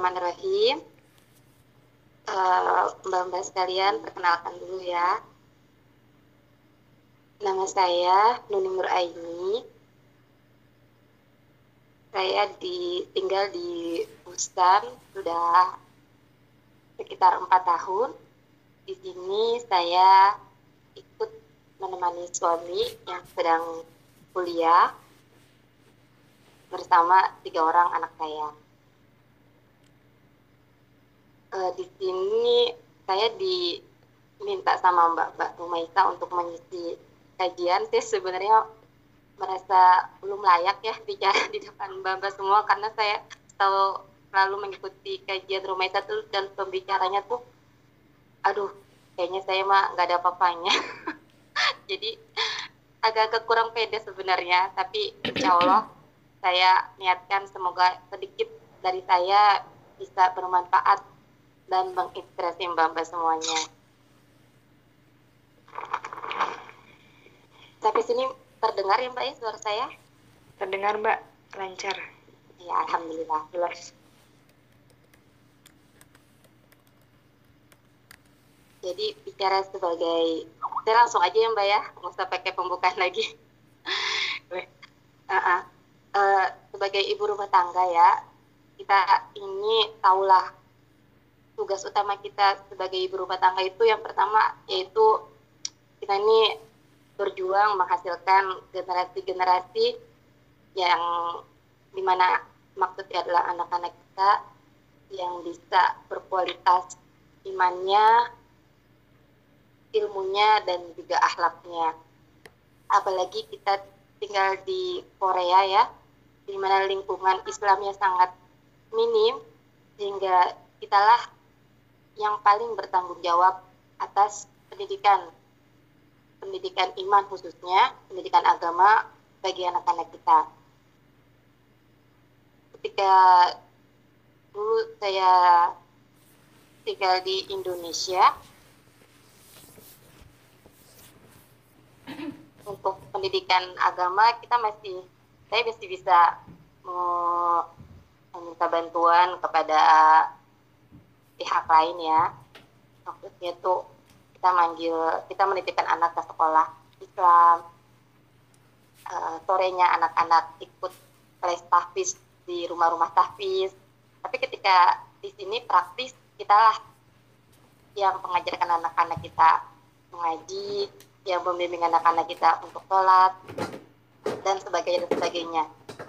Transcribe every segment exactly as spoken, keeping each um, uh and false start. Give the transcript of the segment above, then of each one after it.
Bismillahirrahmanirrahim. Uh, Mbak-mbak sekalian, perkenalkan dulu ya. Nama saya Nuni Nuraini. Saya di, tinggal di Busan sudah sekitar empat tahun. Di sini saya ikut menemani suami yang sedang kuliah bersama tiga orang anak saya. Uh, di sini saya diminta sama Mbak-mbak Rumaisa untuk mengisi kajian. Saya sebenarnya merasa belum layak ya bicara di depan Mbak-mbak semua, karena saya selalu, selalu mengikuti kajian Rumaisa tuh, dan pembicaranya tuh aduh kayaknya saya mah nggak ada apa-apanya. Jadi agak-agak kurang pede sebenarnya, tapi insya Allah saya niatkan semoga sedikit dari saya bisa bermanfaat dan menginspirasi mbak-mbak semuanya. Sampai sini terdengar ya Mbak ya suara saya? Terdengar Mbak, lancar. Ya alhamdulillah, jelas. Jadi bicara sebagai, saya langsung aja ya Mbak ya, nggak usah pakai pembukaan lagi. uh -uh. Uh, sebagai ibu rumah tangga ya, kita ini tahulah tugas utama kita sebagai ibu rumah tangga itu yang pertama yaitu kita ini berjuang menghasilkan generasi-generasi yang dimana maksudnya adalah anak-anak kita yang bisa berkualitas imannya, ilmunya, dan juga akhlaknya. Apalagi kita tinggal di Korea ya, di mana lingkungan Islamnya sangat minim, sehingga kitalah yang paling bertanggung jawab atas pendidikan pendidikan iman, khususnya pendidikan agama bagi anak-anak kita. Ketika dulu saya tinggal di Indonesia, untuk pendidikan agama kita masih saya masih bisa meminta bantuan kepada pihak lain ya. Maksudnya tuh kita manggil, kita menitipkan anak ke sekolah Islam, uh, sorenya anak-anak ikut les tahfiz di rumah-rumah tahfiz. Tapi ketika di sini praktis, kita lah yang mengajarkan anak-anak kita mengaji, yang membimbing anak-anak kita untuk sholat dan sebagainya dan sebagainya.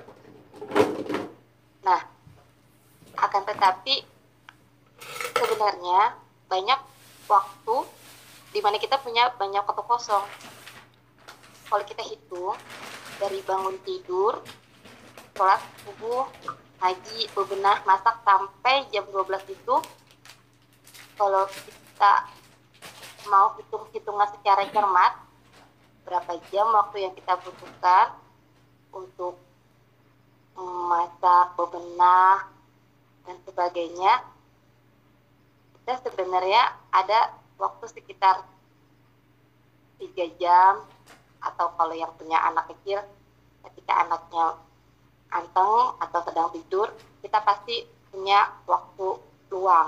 Nah, akan tetapi sebenarnya banyak waktu di mana kita punya banyak waktu kosong. Kalau kita hitung dari bangun tidur, sholat subuh, ngaji, bebenah, masak sampai jam dua belas itu, kalau kita mau hitung-hitungan secara cermat, berapa jam waktu yang kita butuhkan untuk masak, bebenah, dan sebagainya, kita sebenarnya ada waktu sekitar tiga jam, atau kalau yang punya anak kecil, ketika anaknya anteng atau sedang tidur, kita pasti punya waktu luang.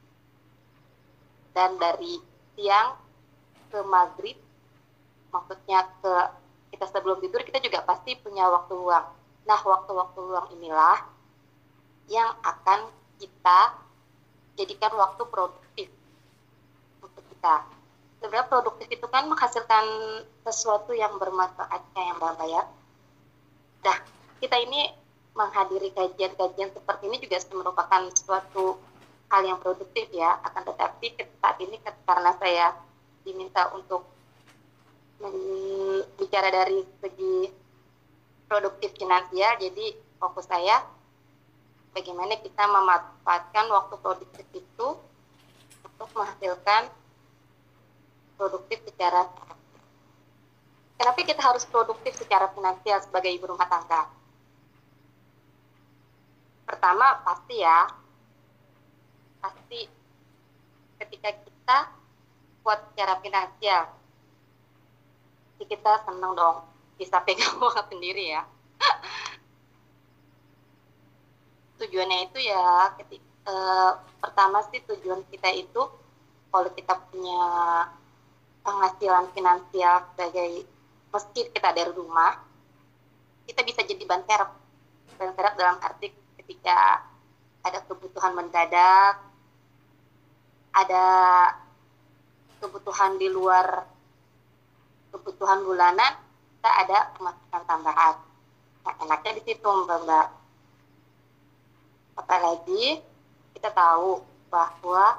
Dan dari siang ke maghrib, maksudnya ke kita sebelum tidur, kita juga pasti punya waktu luang. Nah, waktu-waktu luang inilah yang akan kita jadikan waktu produktif untuk kita. Sebenarnya produktif itu kan menghasilkan sesuatu yang bermanfaat yang Mbak ya. Nah, kita ini menghadiri kajian-kajian seperti ini juga merupakan suatu hal yang produktif ya. Akan tetapi saat ini karena saya diminta untuk bicara dari segi produktif finansial, jadi fokus saya bagaimana kita memanfaatkan waktu produktif itu untuk menghasilkan produktif secara. Kenapa kita harus produktif secara finansial sebagai ibu rumah tangga? Pertama pasti ya, pasti ketika kita kuat secara finansial, kita senang dong bisa pegang uang sendiri ya. Tujuannya itu ya ketika eh, pertama sih tujuan kita itu kalau kita punya penghasilan finansial sebagai meski kita dari rumah, kita bisa jadi ban serep. Ban serep dalam arti ketika ada kebutuhan mendadak, ada kebutuhan di luar kebutuhan bulanan, kita ada pemasukan tambahan. Nah, enaknya di situ, Mbak. Apalagi kita tahu bahwa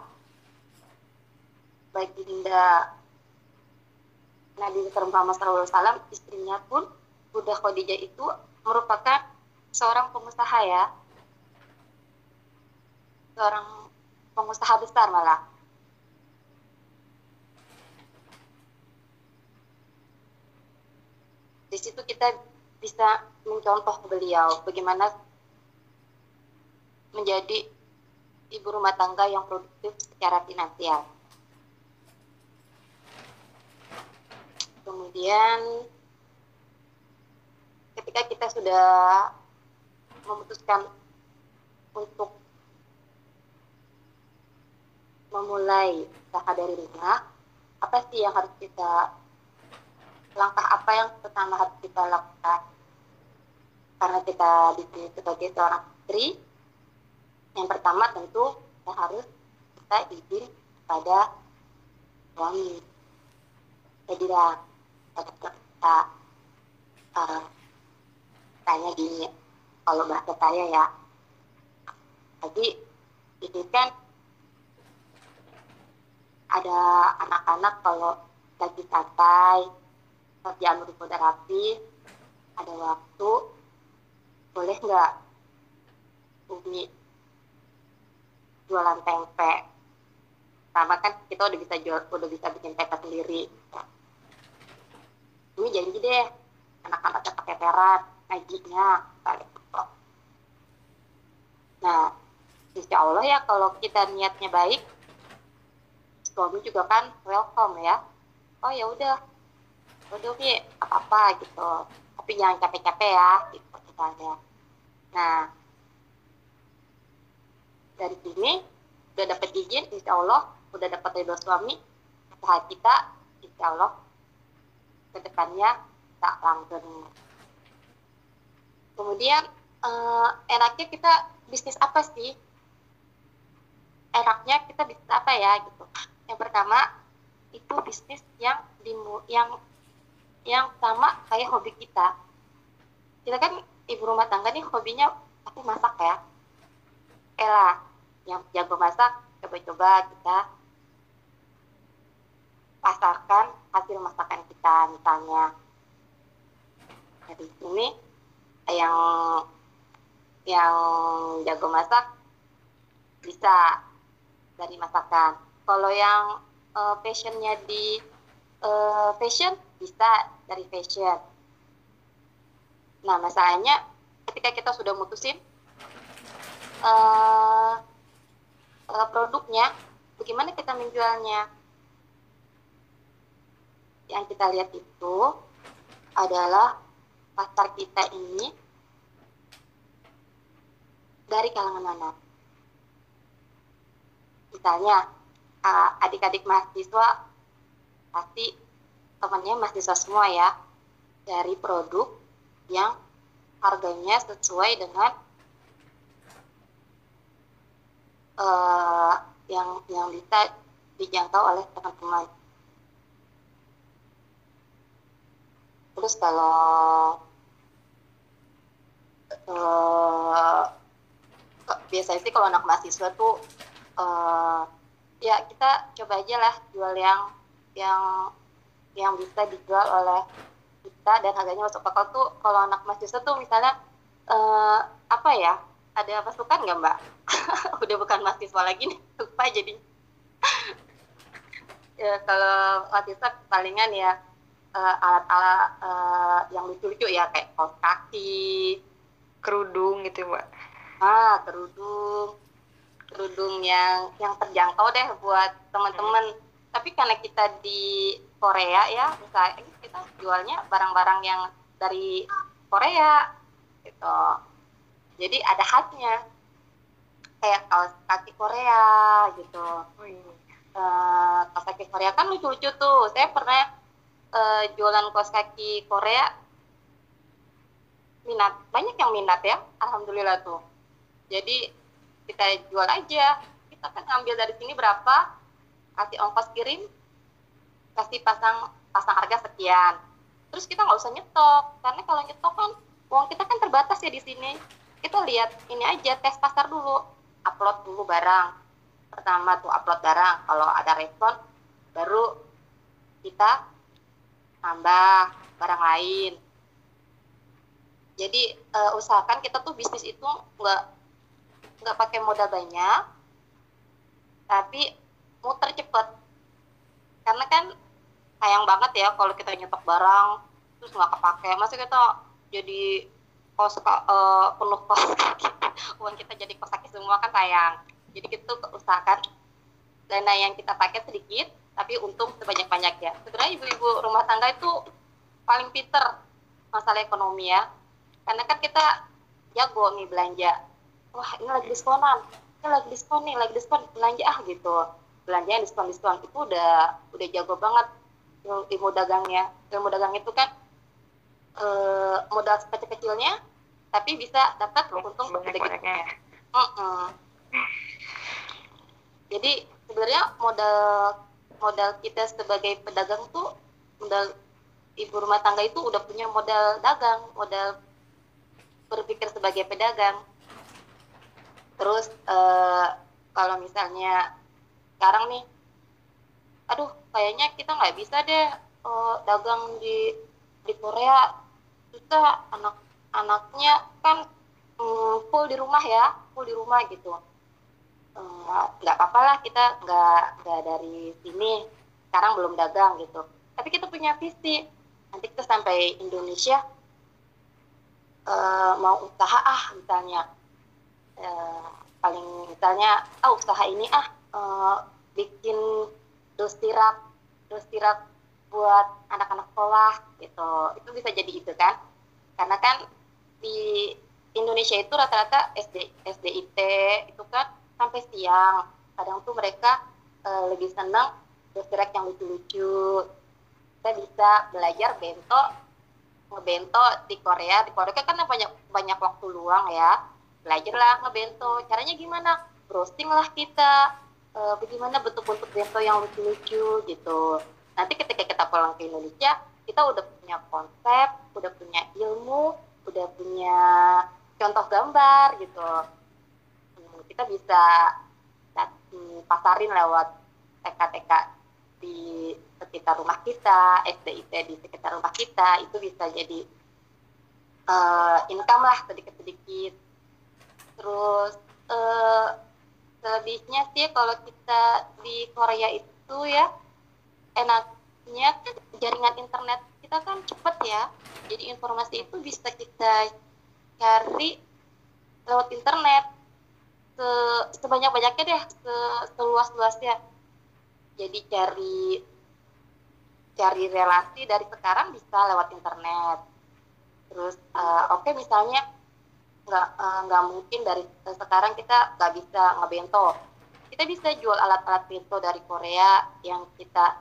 baginda Nabi Muhammad shallallahu alaihi wasallam, istrinya pun Bunda Khadijah itu merupakan seorang pengusaha ya, seorang pengusaha besar malah. Di situ kita bisa mencontoh beliau bagaimana menjadi ibu rumah tangga yang produktif secara finansial. Kemudian ketika kita sudah memutuskan untuk memulai usaha dari rumah, apa sih yang harus kita langkah apa yang pertama harus kita lakukan? Karena kita di sini sebagai seorang istri, yang pertama tentu kita harus kita izin kepada suami. Jadi lah kita uh, tanya gini, kalau bahasa saya ya, jadi ini kan ada anak-anak kalau lagi santai kerjaan berupa rapi, ada waktu, boleh nggak Umi jualan tempe? Sama kan kita udah bisa jual, udah bisa bikin tempe sendiri. Umi janji deh, anak-anaknya pakai peran, ngajinya, kayak gitu. Nah, insya Allah ya kalau kita niatnya baik, suami juga kan welcome ya. Oh ya udah, udah Umi, apa-apa gitu. Tapi jangan capek-capek ya, gitu misalnya. Nah, dari sini udah dapat izin, insya Allah udah dapat ridho suami, usaha kita insya Allah kedepannya tak langgeng. Kemudian eh, enaknya kita bisnis apa sih? Enaknya kita bisnis apa ya gitu. Yang pertama itu bisnis yang dimu, yang yang sama kayak hobi kita. Kita kan ibu rumah tangga nih hobinya pasti masak ya. Elah, yang jago masak coba-coba kita pasarkan hasil masakan kita misalnya. Dari sini yang yang jago masak bisa dari masakan. Kalau yang uh, passionnya di uh, fashion bisa dari fashion. Nah masalahnya ketika kita sudah mutusin uh, uh, produknya, bagaimana kita menjualnya? Yang kita lihat itu adalah pasar kita ini dari kalangan mana? Misalnya adik-adik mahasiswa pasti temannya mahasiswa semua ya, dari produk yang harganya sesuai dengan uh, yang yang bisa dijangkau oleh teman-teman. Terus kalau uh, biasanya sih kalau anak mahasiswa tuh uh, ya kita coba aja lah jual yang yang yang bisa dijual oleh kita dan harganya masuk akal tuh. Kalau anak mahasiswa tuh misalnya uh, apa ya, ada masukan nggak Mbak? Udah bukan mahasiswa lagi nih, lupa jadi. Ya, kalau mahasiswa palingan ya uh, alat-alat uh, yang lucu-lucu ya kayak kaos kaki, Kerudung gitu Mbak. ah kerudung, kerudung yang yang terjangkau deh buat teman-teman. Hmm. Tapi karena kita di Korea ya, misalnya kita jualnya barang-barang yang dari Korea gitu. Jadi ada khasnya. kayak kaos kaki Korea gitu. Oh iya. Eh, kaos kaki Korea kan lucu-lucu tuh. Saya pernah eh, jualan kaos kaki Korea, minat banyak yang minat ya, alhamdulillah tuh. Jadi kita jual aja, kita kan ngambil dari sini berapa, kasih ongkos kirim, kasih pasang pasang harga sekian, terus kita nggak usah nyetok, karena kalau nyetok kan uang kita kan terbatas ya di sini. Kita lihat ini aja, tes pasar dulu, upload dulu barang pertama tuh, upload barang, kalau ada respon baru kita tambah barang lain. Jadi uh, usahakan kita tuh bisnis itu nggak nggak pakai modal banyak, tapi muter cepet. Karena kan sayang banget ya kalau kita nyetok barang terus nggak kepake. Masa kita jadi kos uh, penuh kos kaki, uang kita jadi kos kaki semua, kan sayang. Jadi kita usahakan dana yang kita pakai sedikit, tapi untung sebanyak-banyaknya. Sebenarnya ibu-ibu rumah tangga itu paling pinter masalah ekonomi ya. Karena kan kita jago nih belanja. Wah, ini lagi diskonan. Ini lagi diskon nih, lagi diskon, belanja ah gitu. Belanja yang diskon-diskon itu udah udah jago banget ilmu dagangnya. Ilmu dagang itu kan e, modal kecil-kecilnya tapi bisa dapat untung banyak-banyaknya. Uh-uh. Jadi sebenarnya modal modal kita sebagai pedagang tuh, modal ibu rumah tangga itu udah punya modal dagang, modal berpikir sebagai pedagang. Terus uh, kalau misalnya sekarang nih, aduh kayaknya kita nggak bisa deh uh, dagang di di Korea, susah, anak-anaknya kan um, full di rumah ya, full di rumah gitu. Nggak uh, apa-apa lah, kita nggak nggak dari sini, sekarang belum dagang gitu. Tapi kita punya visi, nanti kita sampai Indonesia uh, mau usaha ah misalnya. Uh, paling misalnya ah usaha ini ah uh, bikin dosirak dosirak buat anak-anak sekolah gitu, itu bisa jadi itu kan, karena kan di Indonesia itu rata-rata S D S D I T itu kan sampai siang, kadang tuh mereka uh, lebih senang dosirak yang lucu-lucu. Kita bisa belajar bento ngebento di Korea. Di Korea kan banyak banyak waktu luang ya, belajarlah ngebento. Caranya gimana? Browsing lah kita, e, bagaimana bentuk-bentuk bento yang lucu-lucu gitu. Nanti ketika kita pulang ke Indonesia, kita udah punya konsep, udah punya ilmu, udah punya contoh gambar gitu. Kita bisa pasarin lewat T K T K di sekitar rumah kita, S D I T di sekitar rumah kita, itu bisa jadi uh, income lah sedikit-sedikit. Terus uh, selebihnya sih kalau kita di Korea itu ya, enaknya kan jaringan internet kita kan cepet ya, jadi informasi itu bisa kita cari lewat internet se sebanyak-banyaknya deh, se seluas-luasnya. Jadi cari cari relasi dari sekarang bisa lewat internet. Terus uh, oke okay, misalnya nggak uh, nggak mungkin dari uh, sekarang kita nggak bisa ngebento, kita bisa jual alat-alat bento dari Korea yang kita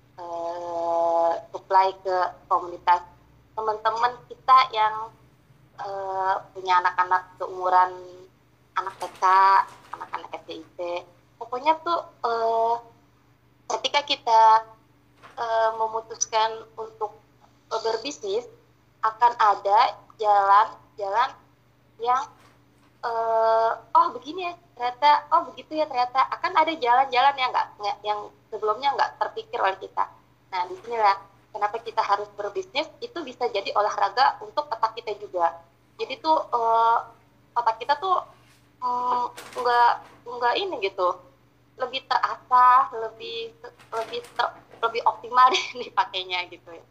uh, supply ke komunitas teman-teman kita yang uh, punya anak-anak seumuran anak T K, anak-anak S D I T. Pokoknya tuh uh, ketika kita uh, memutuskan untuk uh, berbisnis, akan ada jalan-jalan yang uh, oh begini ya ternyata, oh begitu ya ternyata, akan ada jalan-jalan yang nggak yang sebelumnya nggak terpikir oleh kita. Nah disinilah kenapa kita harus berbisnis, itu bisa jadi olahraga untuk otak kita juga. Jadi tuh uh, otak kita tuh um, nggak nggak ini gitu, lebih terasah, lebih lebih ter, lebih optimal deh dipakainya gitu ya.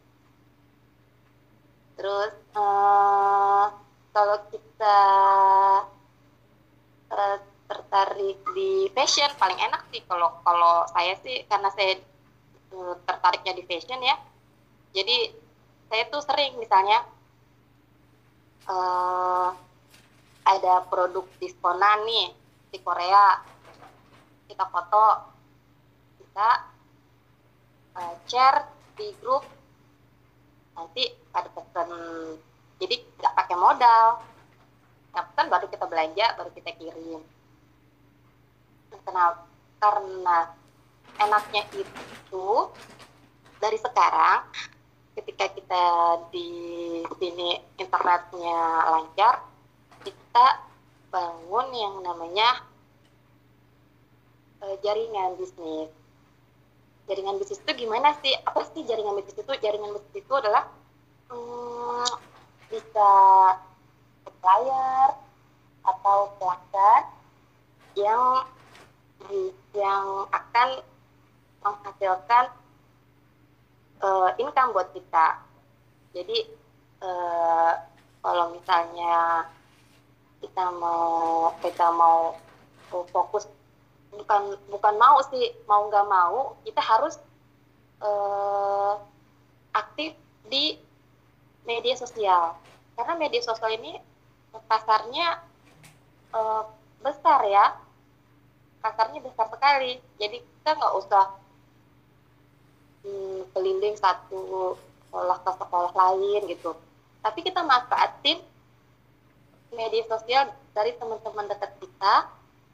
Terus uh, kalau kita uh, tertarik di fashion, paling enak sih kalau kalau saya sih, karena saya uh, tertariknya di fashion ya. Jadi saya tuh sering misalnya uh, ada produk diskonan nih, di Korea, kita foto, kita uh, share di grup, nanti ada pesan, jadi nggak pakai modal, nah pesan baru kita belanja, baru kita kirim. Kenapa? Karena enaknya itu dari sekarang, ketika kita di sini internetnya lancar, kita bangun yang namanya uh, jaringan bisnis. Jaringan bisnis itu gimana sih? Apa sih jaringan bisnis itu? Jaringan bisnis itu adalah hmm, bisa supplier atau pelanggan yang yang akan menghasilkan uh, income buat kita. Jadi uh, kalau misalnya kita mau kita mau fokus, bukan bukan mau sih, mau nggak mau kita harus uh, aktif di media sosial, karena media sosial ini pasarnya uh, besar ya, pasarnya besar sekali. Jadi kita nggak usah hmm, keliling satu sekolah ke sekolah lain gitu, tapi kita manfaatin media sosial dari teman-teman dekat kita.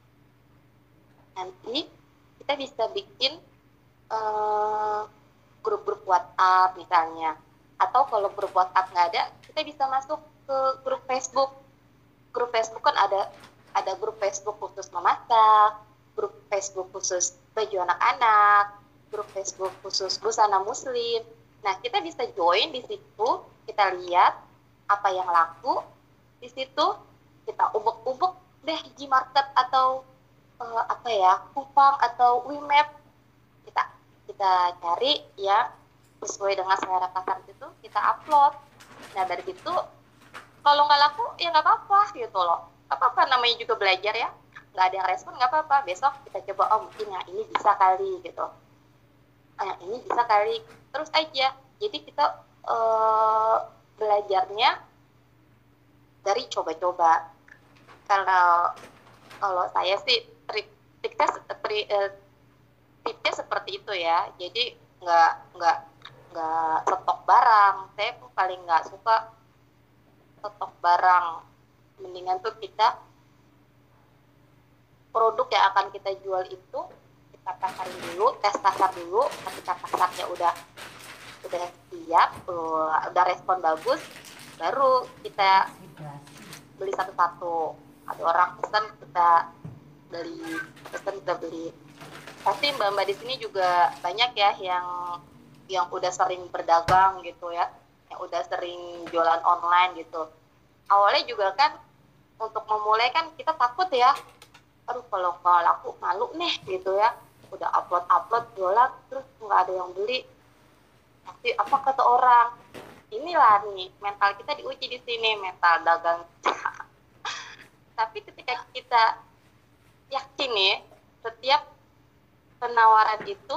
Nanti kita bisa bikin uh, grup-grup WhatsApp misalnya, atau kalau grup WhatsApp nggak ada, kita bisa masuk ke grup Facebook. Grup Facebook kan ada ada grup Facebook khusus memasak, grup Facebook khusus baju anak-anak, grup Facebook khusus busana muslim. Nah, kita bisa join di situ, kita lihat apa yang laku di situ, kita ubek-ubek deh Gmarket atau uh, apa ya, Kupang atau Wimap, kita kita cari ya sesuai dengan selera pasar itu, kita upload. Nah dari situ kalau nggak laku ya nggak apa-apa gitu loh, nggak apa-apa, namanya juga belajar ya, nggak ada yang respon nggak apa-apa, besok kita coba, oh mungkin yang ini bisa kali gitu, yang ini bisa kali, terus aja. Jadi kita uh, belajarnya dari coba-coba. Kalau kalau saya sih trik triknya tri, eh, tipsnya seperti itu ya. Jadi nggak nggak nggak stok barang. Saya pun paling nggak suka stok barang. Mendingan tuh kita produk yang akan kita jual itu kita pasarin dulu, tes pasar dulu. Ketika pasarnya udah udah siap, udah respon bagus, baru kita beli satu-satu. Ada orang pesan kita beli, pesan kita beli. Pasti mbak-mbak di sini juga banyak ya yang yang udah sering berdagang gitu ya, yang udah sering jualan online gitu. Awalnya juga kan untuk memulai kan kita takut ya, aduh kalau nggak laku malu nih gitu ya, udah upload-upload jualan terus nggak ada yang beli, pasti apa kata orang. Inilah nih mental kita diuji di sini, mental dagang. Tapi ketika kita yakin nih, setiap penawaran itu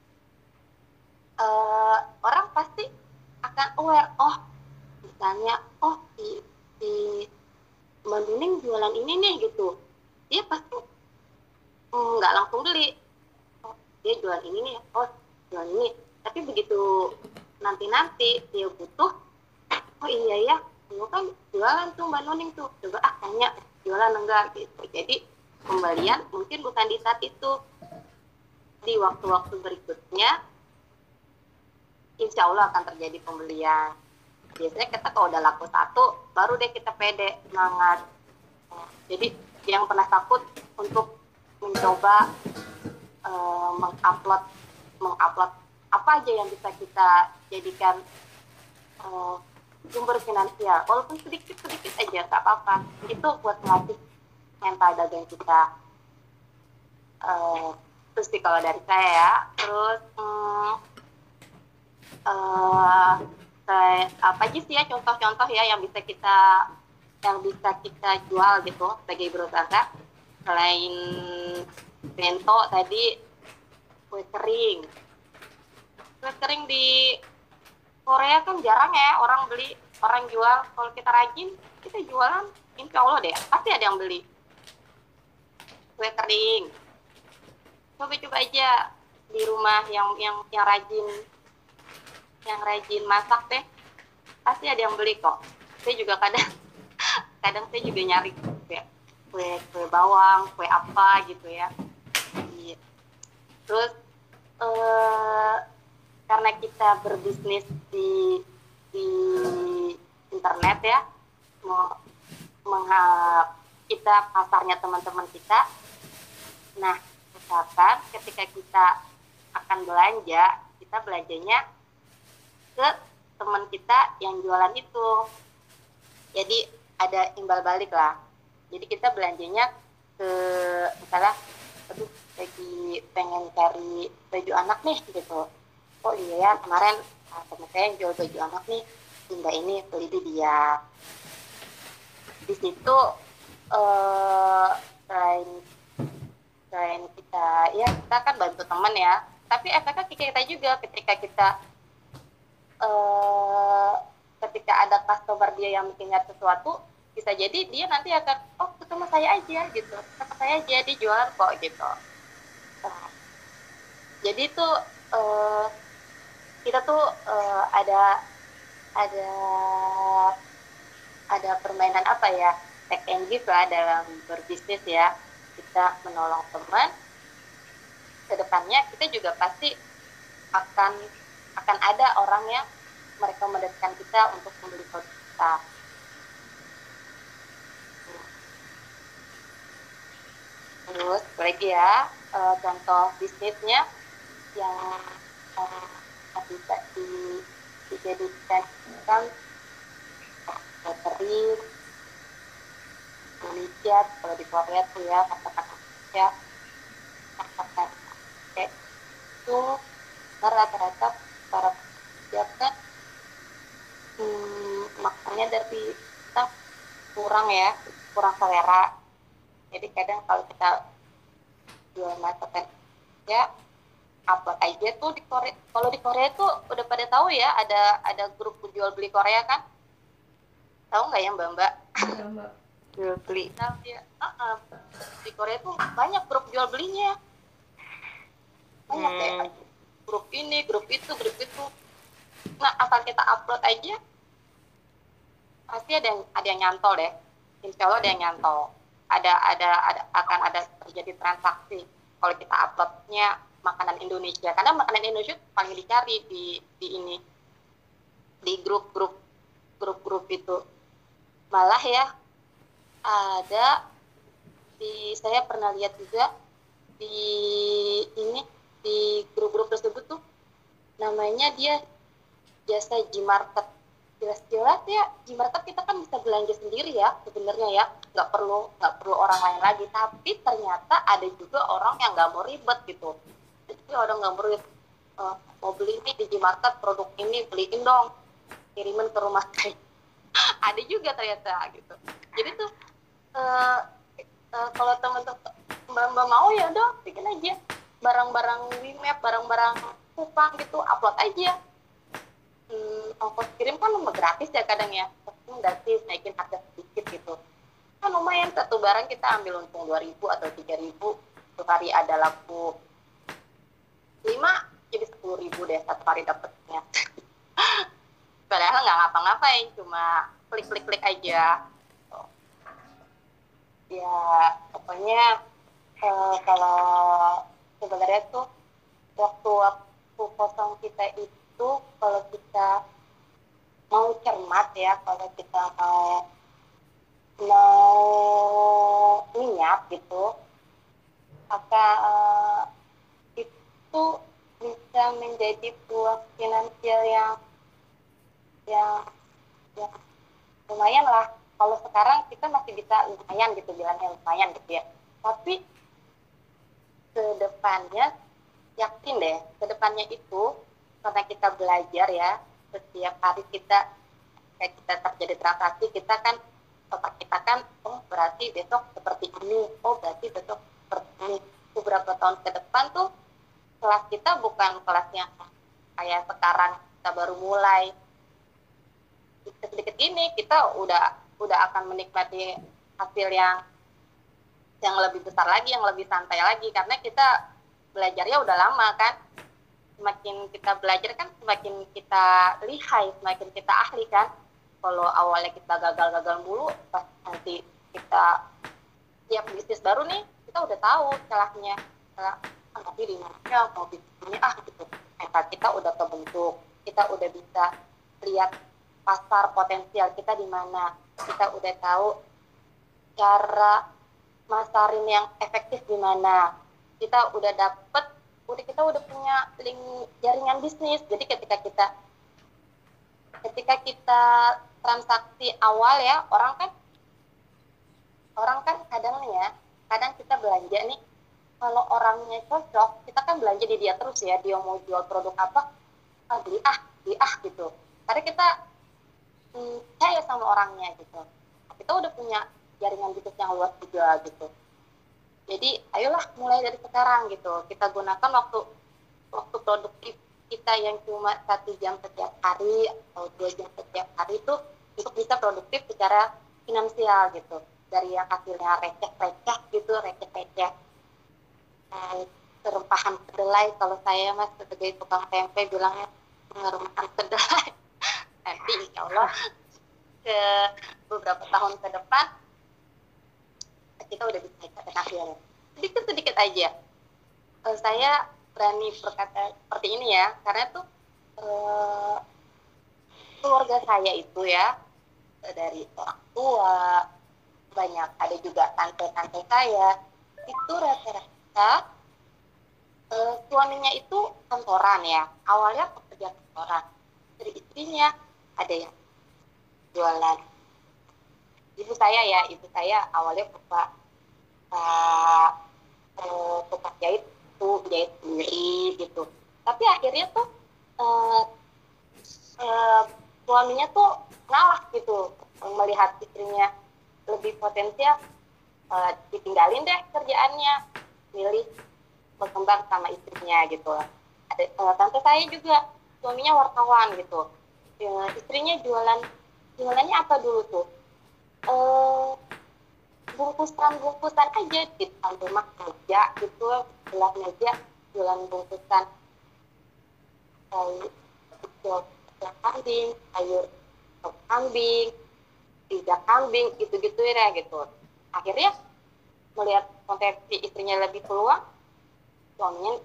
uh, orang pasti akan aware, oh misalnya oh di di Mbak Nuning jualan ini nih gitu, dia pasti nggak mm, langsung beli, oh dia jualan ini nih, oh jualan ini. Tapi begitu nanti-nanti dia butuh, oh iya ya, lu kan jualan tuh Mbak Nuning tuh, coba ah tanya jualan enggak gitu. Jadi pembelian mungkin bukan di saat itu, di waktu-waktu berikutnya insya Allah akan terjadi pembelian. Biasanya kita kalau udah laku satu baru deh kita pede semangat. Jadi yang pernah takut untuk mencoba uh, mengupload mengupload apa aja yang bisa kita jadikan uh, sumber finansial, walaupun sedikit-sedikit aja nggak apa-apa, itu buat melatih mental dagang kita. Uh, terus sih kalau dari saya ya, terus hmm, uh, saya, apa aja sih ya contoh-contoh ya yang bisa kita yang bisa kita jual gitu sebagai berusaha, selain bento tadi, kue kering. Kue kering di Korea kan jarang ya orang beli, orang jual. Kalau kita rajin, kita jualan, insya Allah deh pasti ada yang beli. Kue kue kering. Coba-coba aja di rumah yang yang yang rajin yang rajin masak deh, pasti ada yang beli kok. Saya juga kadang kadang saya juga nyari kue kue kue bawang, kue apa gitu ya. Terus eh, karena kita berbisnis di di internet ya, mau mengha- kita pasarnya teman-teman kita. Nah, misalkan ketika kita akan belanja, kita belanjanya ke teman kita yang jualan itu. Jadi ada imbal balik lah. Jadi kita belanjanya ke misalnya, aduh lagi pengen cari baju anak nih gitu. Oh iya ya, kemarin teman saya yang jual baju anak nih, pindah ini beli di dia. Di situ eh, selain selain kita ya kita kan bantu teman ya, tapi efeknya ke kita juga ketika kita eh, ketika ada customer dia yang bikin sesuatu, bisa jadi dia nanti akan oh ke sama saya aja gitu, sama saya aja dia jualan kok gitu. Nah, jadi tuh eh, kita tuh eh, ada ada ada permainan apa ya, take and give lah dalam berbisnis ya. Kita menolong teman, kedepannya kita juga pasti akan akan ada orang yang merekomendasikan kita untuk membeli produk kita. Terus lagi ya, uh, contoh bisnisnya yang uh, bisa di, dijadikan kan catering, Indonesia, kalau di Korea tuh ya kata-kata ya kata-kata kayak itu rata-rata para pekerja kan hmm, makannya dari kita kurang ya, kurang selera. Jadi kadang kalau kita jual masakan ya upload aja tuh di Korea. Kalau di Korea tuh udah pada tahu ya, ada ada grup jual beli Korea kan? Tahu nggak ya Mbak Mbak? Iya, Mbak. Jual beli. Nah, ya, uh-uh. Di Korea tuh banyak grup jual belinya. Banyak hmm. kayak grup ini, grup itu, grup itu. Nah, asal kita upload aja, pasti ada yang ada yang nyantol deh. Insya Allah ada yang nyantol. Ada ada ada akan ada terjadi transaksi kalau kita uploadnya makanan Indonesia, karena makanan Indonesia paling dicari di di ini di grup-grup grup-grup itu. Malah ya ada di saya pernah lihat juga di ini di grup-grup tersebut tuh namanya dia jasa Gmarket. Jelas-jelas ya Gmarket kita kan bisa belanja sendiri ya sebenarnya ya, nggak perlu nggak perlu orang lain lagi, tapi ternyata ada juga orang yang nggak mau ribet gitu. Jadi orang nggak mau ribet, uh, mau beli ini di Gmarket produk ini beliin dong, kirimin ke rumah saya. Ada juga ternyata gitu. Jadi tuh uh, uh, kalau teman-teman mbak-mbak mau ya dong bikin aja barang-barang Wimap, barang-barang Kupang gitu, upload aja. Hmm, ongkos kirim kan memang gratis ya kadang ya, tapi gratis naikin harga sedikit gitu kan lumayan, satu barang kita ambil untung dua ribu atau tiga ribu, satu hari ada laku lima jadi sepuluh ribu deh satu hari dapetnya. Padahal nggak ngapa-ngapain, cuma klik-klik-klik aja so. Ya pokoknya eh, kalau sebenarnya tuh waktu-waktu kosong kita itu tuh kalau kita mau cermat ya, kalau kita mau mau minyak gitu, maka uh, itu bisa menjadi buah finansial yang yang yang lumayan lah. Kalau sekarang kita masih bisa lumayan gitu, bilangnya lumayan gitu ya, tapi kedepannya yakin deh, kedepannya itu karena kita belajar ya, setiap hari kita kayak kita terjadi transaksi, kita kan otak kita kan oh berarti besok seperti ini, oh berarti besok seperti ini. Beberapa tahun ke depan tuh kelas kita bukan kelasnya kayak sekarang kita baru mulai sedikit-sedikit ini, kita udah udah akan menikmati hasil yang yang lebih besar lagi, yang lebih santai lagi, karena kita belajarnya udah lama kan. Semakin kita belajar kan semakin kita lihai, semakin kita ahli kan. Kalau awalnya kita gagal-gagal mulu, pas nanti kita tiap bisnis baru nih, kita udah tahu celahnya. Celah, ah, tapi di mana ya mau bisnis ini ah gitu. Mental kita udah kebentuk, kita udah bisa lihat pasar potensial kita di mana. Kita udah tahu cara masarin yang efektif di mana. Kita udah dapet, udah kita udah punya link jaringan bisnis. Jadi ketika kita ketika kita transaksi awal ya, orang kan orang kan kadang nih ya, kadang kita belanja nih, kalau orangnya cocok, kita kan belanja di dia terus ya, dia mau jual produk apa, ah, beli ah, beli ah gitu. Karena kita hmm, percaya sama orangnya gitu. Kita udah punya jaringan bisnis yang luas juga gitu. Jadi ayolah mulai dari sekarang gitu. Kita gunakan waktu waktu produktif kita yang cuma satu jam setiap hari atau dua jam setiap hari itu untuk bisa produktif secara finansial gitu. Dari yang hasilnya receh-receh gitu, receh-receh. Dan rempahan kedelai, kalau saya mas sebagai tukang tempe bilangnya rempahan kedelai. Nanti insya Allah ke beberapa tahun ke depan kita udah bisa catat hasilnya. Sedikit-sedikit aja. Uh, saya berani berkata seperti ini ya, karena tuh uh, keluarga saya itu ya, dari orang tua, banyak ada juga tante-tante saya, itu rata-rata uh, suaminya itu kantoran ya, awalnya pekerja kantoran. Dari istrinya ada yang jualan. Ibu saya ya, ibu saya awalnya buka uh, uh, tukang jahit tuh, jahit sendiri gitu. Tapi akhirnya tuh uh, uh, suaminya tuh ngalah gitu, melihat istrinya lebih potensial, uh, ditinggalin deh kerjaannya, milih berkembang sama istrinya gitu. Ada uh, tante saya juga suaminya wartawan gitu, uh, istrinya jualan jualannya apa dulu tuh? Uh, bungkusan-bungkusan aja di depan rumah meja gitu, sebelah meja jualan bungkusan sayur kambing, sayur sop kambing, lidah kambing, gitu-gitu ya gitu. Akhirnya melihat potensi istrinya lebih peluang, suaminya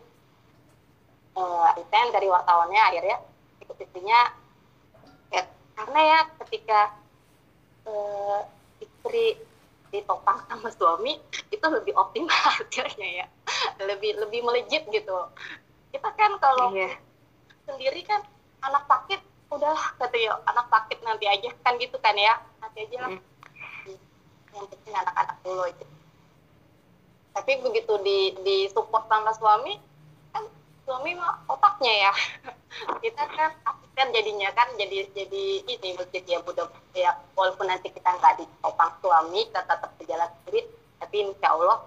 uh, resign dari wartawannya, akhirnya ikut istrinya ya, karena ya ketika uh, istri ditopang sama suami itu lebih optimal hasilnya ya, lebih lebih melejit gitu. Kita kan kalau yeah. sendiri kan anak sakit udahlah kata ya, anak sakit nanti aja kan gitu kan ya, nanti aja lah, mm. yang penting anak-anak dulu aja. Tapi begitu di di support sama suami kan, suami mah otaknya ya kita kan asisten jadinya kan, jadi jadi ini mesti ya budak ya, walaupun nanti kita nggak ditopang suami, kita tetap berjalan sendiri, tapi insya Allah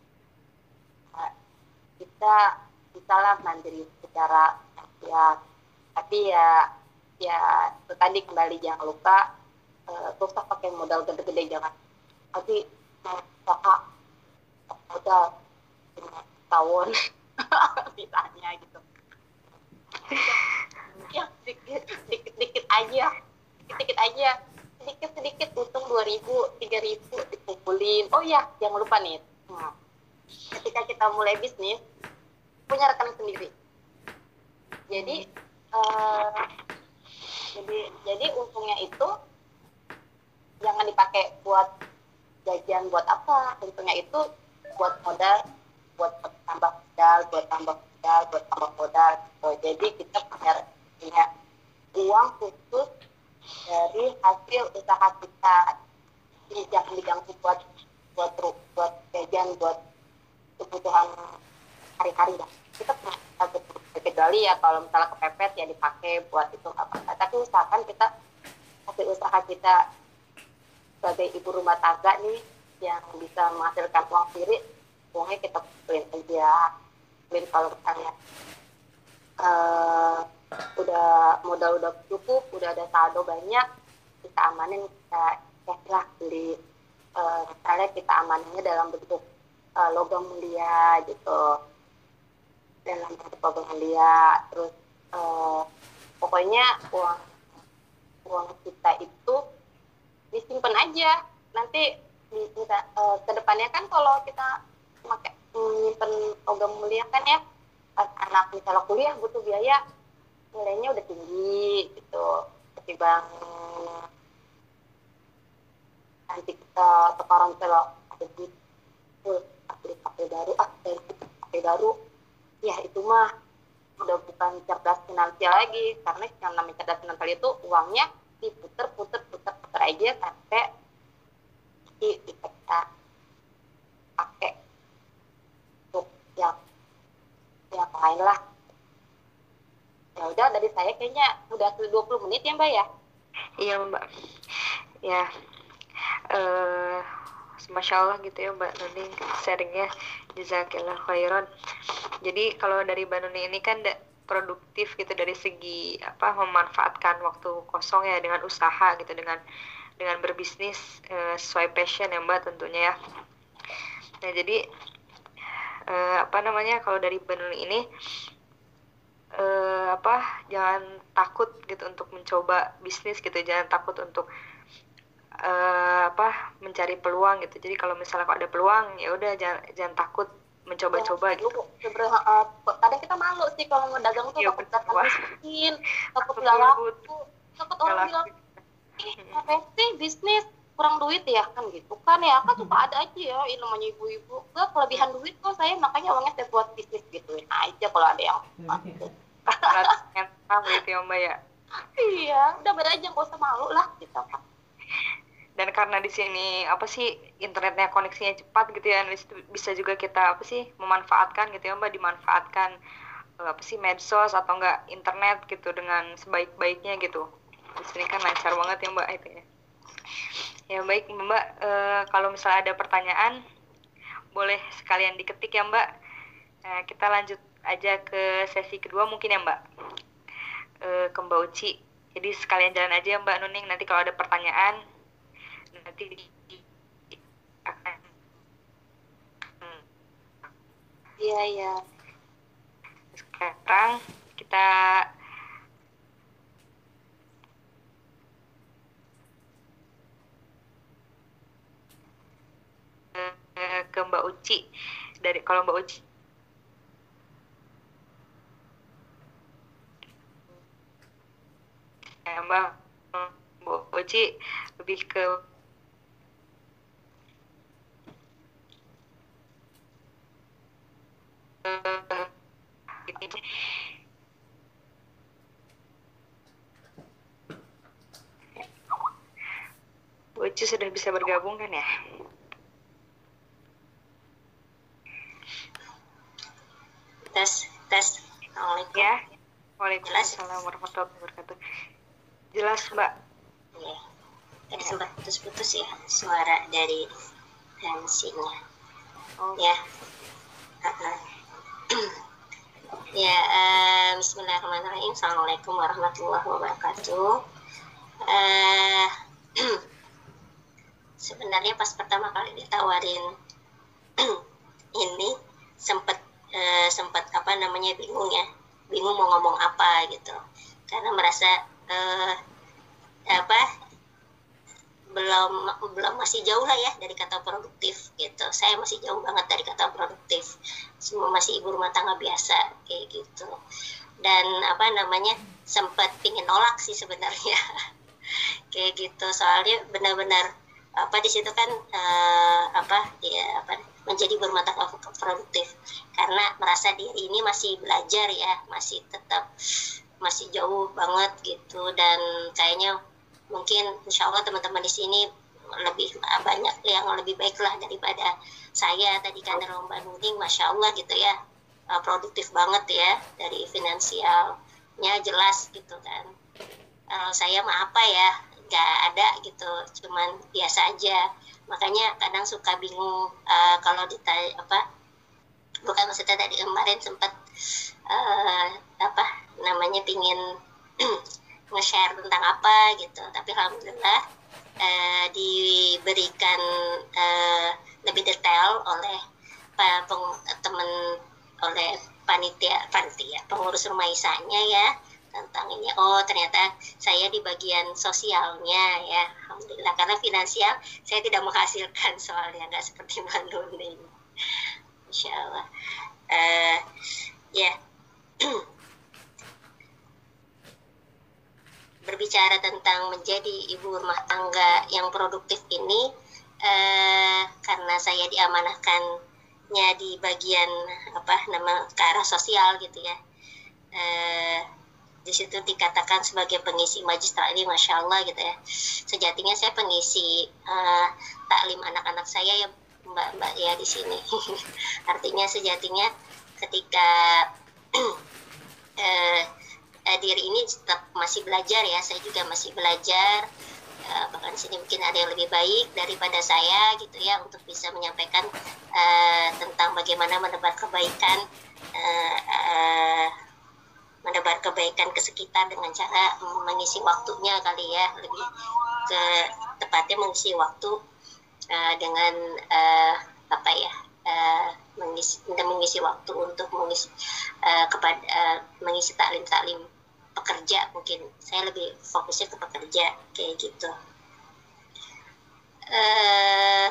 kita bisa lah mandiri secara ya. Tapi ya ya itu tadi kembali, jangan lupa uh, terus pakai modal gede-gede, jangan tapi kakak modal tahun bisanya gitu ya, sedikit sedikit sedikit aja sedikit aja sedikit sedikit untung dua ribu tiga ribu dikumpulin. Oh ya, jangan lupa nih, hmm. ketika kita mulai bisnis punya rekening sendiri, jadi uh, jadi jadi untungnya itu jangan dipakai buat jajan, buat apa, untungnya itu buat modal, buat tambah modal, buat tambah modal, buat tambah modal gitu. Jadi kita punya punya uang khusus dari hasil usaha kita, ini jangan diganggu buat buat buat jajan, buat kebutuhan hari-hari lah. Kita punya kecuali ya kalau misalnya kepepet ya dipakai buat itu apa-apa. Tapi usahakan kita hasil usaha kita sebagai ibu rumah tangga nih yang bisa menghasilkan uang sendiri, uangnya kita kumpulin aja. Kumpulin kalau misalnya uh, udah modal udah cukup, udah ada saldo banyak, kita amanin, kita cash lah beli, uh, misalnya kita amaninnya dalam bentuk uh, logam mulia gitu dalam satu pegangan dia. Terus uh, pokoknya uang uang kita itu disimpan aja, nanti di, kita uh, ke depannya kan kalau kita pakai menyimpan logam mulia kan ya, anak misalnya kuliah butuh biaya, nilainya udah tinggi gitu ketimbang nanti kita sekarang kalau ada duit full beli H P baru, ah dari H P baru ya itu mah udah bukan cerdas finansial lagi, karena yang namanya cerdas finansial itu uangnya diputer puter puter puter aja sampai di kita pakai untuk yang yang lain lah. Ya udah, dari saya kayaknya udah dua puluh menit ya Mbak ya. Iya Mbak. Ya, uh, Masya Allah gitu ya Mbak Nuni sharingnya, jazakillah khairan. Jadi kalau dari Mbak Nuni ini kan produktif gitu dari segi apa, memanfaatkan waktu kosong ya dengan usaha gitu, dengan dengan berbisnis uh, sesuai passion ya Mbak tentunya ya. Nah jadi uh, apa namanya, kalau dari Mbak Nuni ini uh, apa, jangan takut gitu untuk mencoba bisnis gitu, jangan takut untuk Uh, apa mencari peluang gitu. Jadi kalau misalnya kok ada peluang ya udah jangan jangan takut mencoba-coba ya, gitu. Sebenarnya uh, kadang kita malu sih kalau ngedagang tuh, ya, takut datang miskin, takut nggak laku, takut orang bilang ih apa sih bisnis kurang duit ya kan gitu kan ya, kan suka ada aja ya ini namanya ibu-ibu gak kelebihan duit kok saya, makanya uangnya saya buat bisnis gituin aja kalau ada yang enak gitu ya Mbak ya. Iya, udah beda aja, gak usah malu lah kita kan. Dan karena di sini apa sih internetnya koneksinya cepat gitu ya, bisa juga kita apa sih memanfaatkan gitu ya Mbak, dimanfaatkan apa sih medsos atau enggak internet gitu dengan sebaik-baiknya gitu. Di sini kan lancar banget ya Mbak itu ya. Ya baik Mbak, e, kalau misalnya ada pertanyaan boleh sekalian diketik ya Mbak. Nah, kita lanjut aja ke sesi kedua mungkin ya Mbak, e, ke Mbak Uci. Jadi sekalian jalan aja ya Mbak Nuning, nanti kalau ada pertanyaan nanti akan iya iya sekarang kita ke Mbak Uci. Dari kalau Mbak Uci ya Mbak Mbak Uci lebih ke Uci sudah bisa bergabung kan ya? Tes tes. Assalamualaikum. Ya. Waalaikumsalam warahmatullahi wabarakatuh. Jelas Mbak. Iya. Tadi sempat putus-putus ya suara dari M C-nya. Oh. Ya. Uh-huh. Ya, uh, bismillahirrahmanirrahim. Assalamualaikum warahmatullahi wabarakatuh. Uh, sebenarnya pas pertama kali ditawarin ini sempat uh, sempat apa namanya bingung ya, bingung mau ngomong apa gitu, karena merasa uh, apa belum belum masih jauh lah ya dari kata produktif gitu. Saya masih jauh banget dari kata produktif, semua masih ibu rumah tangga biasa kayak gitu. Dan apa namanya sempat pingin nolak sih sebenarnya kayak gitu, soalnya benar-benar apa di situ kan uh, apa ya apa menjadi ibu rumah tangga produktif, karena merasa diri ini masih belajar ya, masih tetap masih jauh banget gitu. Dan kayaknya mungkin insya Allah teman-teman di sini lebih banyak yang lebih baik lah daripada saya. Tadi kan dari Mbak Nuning, Masya Allah gitu ya, produktif banget ya, dari finansialnya jelas gitu kan. Uh, saya mah apa ya, nggak ada gitu, cuman biasa aja. Makanya kadang suka bingung uh, kalau ditanya apa, bukan maksudnya tadi kemarin sempat uh, apa namanya pingin nge-share tentang apa gitu, tapi alhamdulillah uh, diberikan uh, lebih detail oleh pa, peng, teman oleh panitia panitia pengurus rumah isanya ya tentang ini. Oh ternyata saya di bagian sosialnya ya, alhamdulillah, karena finansial saya tidak menghasilkan soalnya, nggak seperti Mbak Nuning. Insya Allah. Uh, ya. Yeah. Berbicara tentang menjadi ibu rumah tangga yang produktif ini, uh, karena saya diamanahkannya di bagian apa nama ke arah sosial gitu ya. Uh, di situ dikatakan sebagai pengisi majlis taklim, masya Allah gitu ya. Sejatinya saya pengisi uh, taklim anak-anak saya ya mbak-mbak ya di sini. Artinya sejatinya ketika uh, diri ini tetap masih belajar ya, saya juga masih belajar, uh, bahkan sini mungkin ada yang lebih baik daripada saya gitu ya, untuk bisa menyampaikan uh, tentang bagaimana menebar kebaikan, uh, uh, menebar kebaikan ke sekitar dengan cara mengisi waktunya kali ya, lebih ke tepatnya mengisi waktu uh, dengan uh, apa ya uh, mengisi mengisi waktu untuk mengisi uh, kepada uh, mengisi taklim-taklim pekerja, mungkin saya lebih fokusnya ke pekerja kayak gitu. Uh,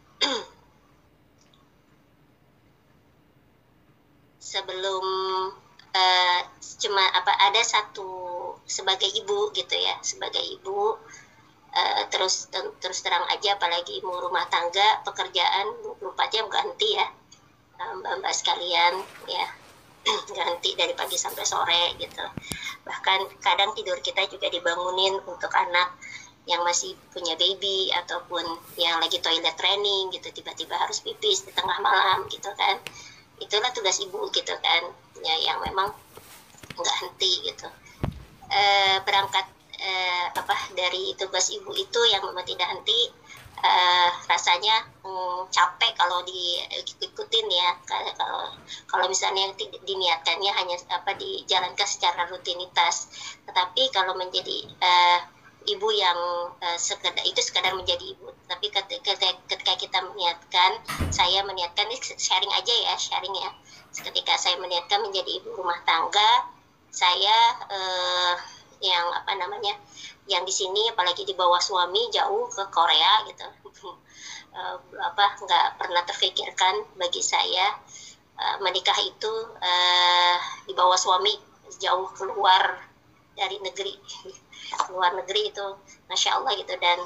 sebelum uh, cuma apa ada satu sebagai ibu gitu ya, sebagai ibu uh, terus terus terang aja, apalagi ibu rumah tangga, pekerjaan dua puluh empat jam ganti ya, mbak-mbak sekalian ya, ganti dari pagi sampai sore gitu. Bahkan kadang tidur kita juga dibangunin untuk anak yang masih punya baby ataupun yang lagi toilet training gitu, tiba-tiba harus pipis di tengah malam gitu kan. Itulah tugas ibu gitu kan ya, yang memang nggak henti gitu. E, berangkat e, apa dari tugas ibu itu yang memang tidak henti, e, rasanya mm, capek kalau diikutin ya. Kalau kalau misalnya diniatkannya hanya apa dijalankan secara rutinitas, tetapi kalau menjadi e, ibu yang uh, sekedar itu sekadar menjadi ibu, tapi ketika, ketika kita meniatkan, saya meniatkan ini sharing aja ya, sharing ya. Ketika saya meniatkan menjadi ibu rumah tangga, saya uh, yang apa namanya, yang di sini apalagi di bawah suami jauh ke Korea gitu, uh, apa nggak pernah terfikirkan bagi saya uh, menikah itu uh, di bawah suami jauh keluar dari negeri. Luar negeri itu masya Allah gitu. Dan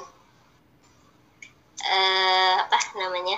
uh, apa namanya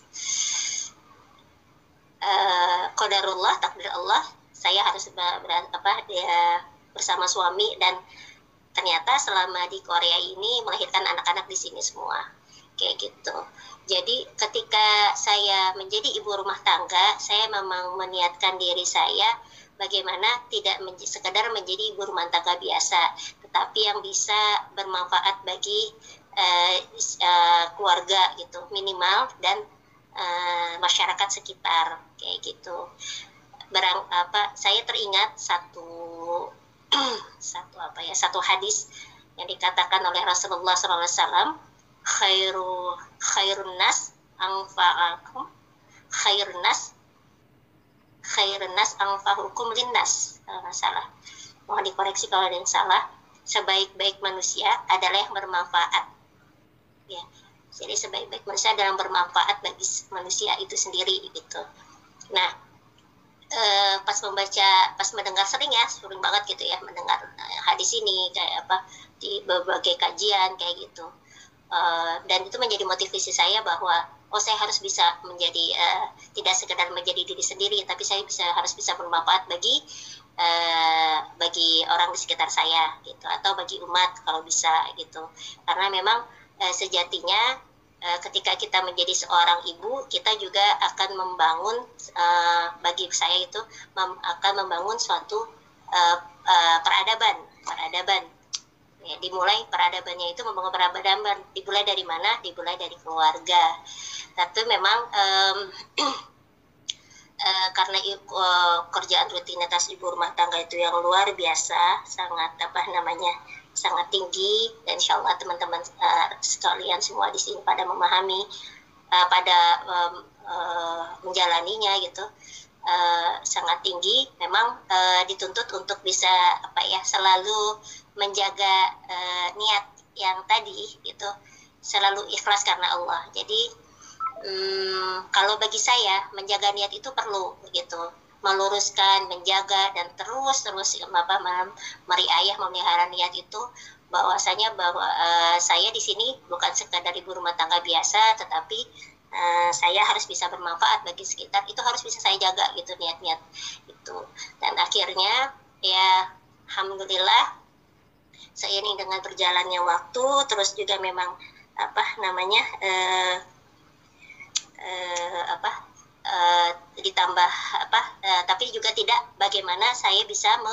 uh, qadarullah, takdir Allah, saya harus ber, ber, apa dia bersama suami, dan ternyata selama di Korea ini melahirkan anak-anak di sini semua kayak gitu. Jadi ketika saya menjadi ibu rumah tangga, saya memang meniatkan diri saya bagaimana tidak menj- sekedar menjadi ibu rumah tangga biasa, tetapi yang bisa bermanfaat bagi uh, uh, keluarga gitu minimal, dan uh, masyarakat sekitar kayak gitu. Berang apa saya teringat satu satu apa ya satu hadis yang dikatakan oleh Rasulullah shallallahu alaihi wasallam, khairu khairun nas anfa'akum khairun nas khairun nas anfa'ukum linnas, kalau nggak salah, mohon dikoreksi kalau ada yang salah. Sebaik-baik manusia adalah yang bermanfaat ya, jadi sebaik-baik manusia adalah yang bermanfaat bagi manusia itu sendiri gitu. Nah eh, pas membaca pas mendengar sering ya sering banget gitu ya mendengar hadis ini kayak apa di berbagai kajian kayak gitu, uh, dan itu menjadi motivasi saya bahwa oh saya harus bisa menjadi uh, tidak sekedar menjadi diri sendiri, tapi saya bisa harus bisa bermanfaat bagi uh, bagi orang di sekitar saya gitu, atau bagi umat kalau bisa gitu. Karena memang uh, sejatinya uh, ketika kita menjadi seorang ibu, kita juga akan membangun uh, bagi saya itu mem- akan membangun suatu uh, uh, peradaban peradaban. Ya, dimulai peradabannya itu membangun peradaban, dimulai dari mana? Dimulai dari keluarga. Tapi memang um, uh, karena uh, kerjaan rutinitas ibu rumah tangga itu yang luar biasa, sangat apa namanya, sangat tinggi, dan insya Allah teman-teman uh, sekalian semua di sini pada memahami, uh, pada um, uh, menjalaninya gitu uh, sangat tinggi. Memang uh, dituntut untuk bisa apa ya selalu menjaga uh, niat yang tadi gitu, selalu ikhlas karena Allah. Jadi um, kalau bagi saya menjaga niat itu perlu gitu, meluruskan, menjaga dan terus terus apa meriayah memelihara niat itu, bahwasanya bahwa uh, saya di sini bukan sekadar ibu rumah tangga biasa, tetapi uh, saya harus bisa bermanfaat bagi sekitar. Itu harus bisa saya jaga gitu niat-niat itu. Dan akhirnya ya alhamdulillah seiring dengan berjalannya waktu, terus juga memang apa namanya uh, uh, apa uh, ditambah apa uh, tapi juga tidak bagaimana saya bisa me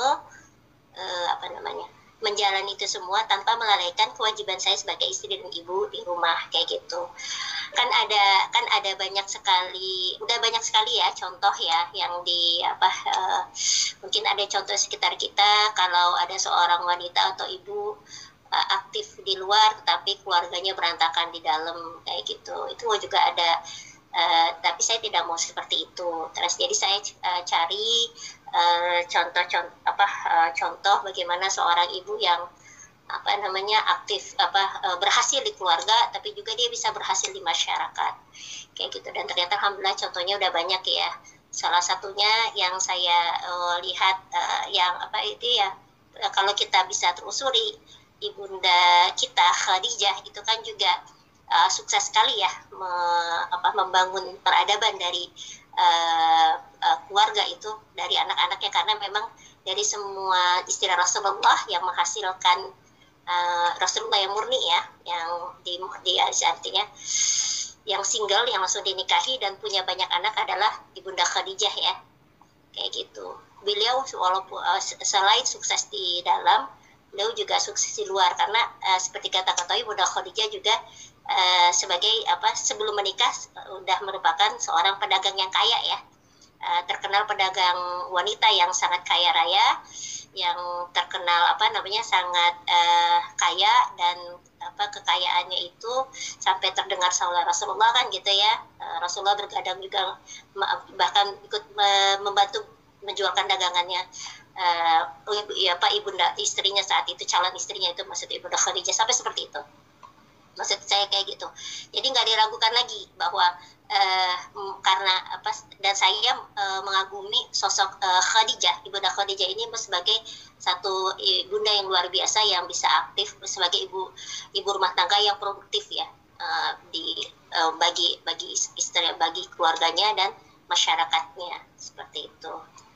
uh, apa namanya menjalani itu semua tanpa melalaikan kewajiban saya sebagai istri dan ibu di rumah kayak gitu. Kan ada kan ada banyak sekali, udah banyak sekali ya contoh ya yang di apa uh, mungkin ada contoh sekitar kita, kalau ada seorang wanita atau ibu uh, aktif di luar tetapi keluarganya berantakan di dalam kayak gitu. Itu juga ada. Uh, tapi saya tidak mau seperti itu. Terus jadi saya uh, cari uh, contoh-contoh apa uh, contoh bagaimana seorang ibu yang apa namanya aktif apa uh, berhasil di keluarga, tapi juga dia bisa berhasil di masyarakat kayak gitu. Dan ternyata alhamdulillah contohnya udah banyak ya. Salah satunya yang saya uh, lihat uh, yang apa itu ya uh, kalau kita bisa telusuri ibunda kita Khadijah itu kan juga Uh, sukses sekali ya me, apa, membangun peradaban dari uh, uh, keluarga itu, dari anak-anaknya, karena memang dari semua istri Rasulullah yang menghasilkan uh, Rasulullah yang murni ya, yang di, di artinya yang single yang langsung dinikahi dan punya banyak anak adalah ibunda Khadijah ya kayak gitu. Beliau walaupun uh, selain sukses di dalam, beliau juga sukses di luar karena uh, seperti kata-kata ibunda Khadijah juga Uh, sebagai apa sebelum menikah sudah merupakan seorang pedagang yang kaya ya, uh, terkenal pedagang wanita yang sangat kaya raya, yang terkenal apa namanya sangat uh, kaya, dan apa kekayaannya itu sampai terdengar saudara Rasulullah kan gitu ya. uh, Rasulullah bergadang juga, bahkan ikut uh, membantu menjualkan dagangannya uh, ya, apa ibunda istrinya saat itu, calon istrinya itu maksud ibunda Khadijah, sampai seperti itu. Maksud saya kayak gitu. Jadi nggak diragukan lagi bahwa uh, karena apa, dan saya uh, mengagumi sosok uh, Khadijah, ibunda Khadijah ini sebagai satu ibunda yang luar biasa yang bisa aktif sebagai ibu ibu rumah tangga yang produktif ya, uh, di uh, bagi bagi istri, bagi keluarganya dan masyarakatnya seperti itu.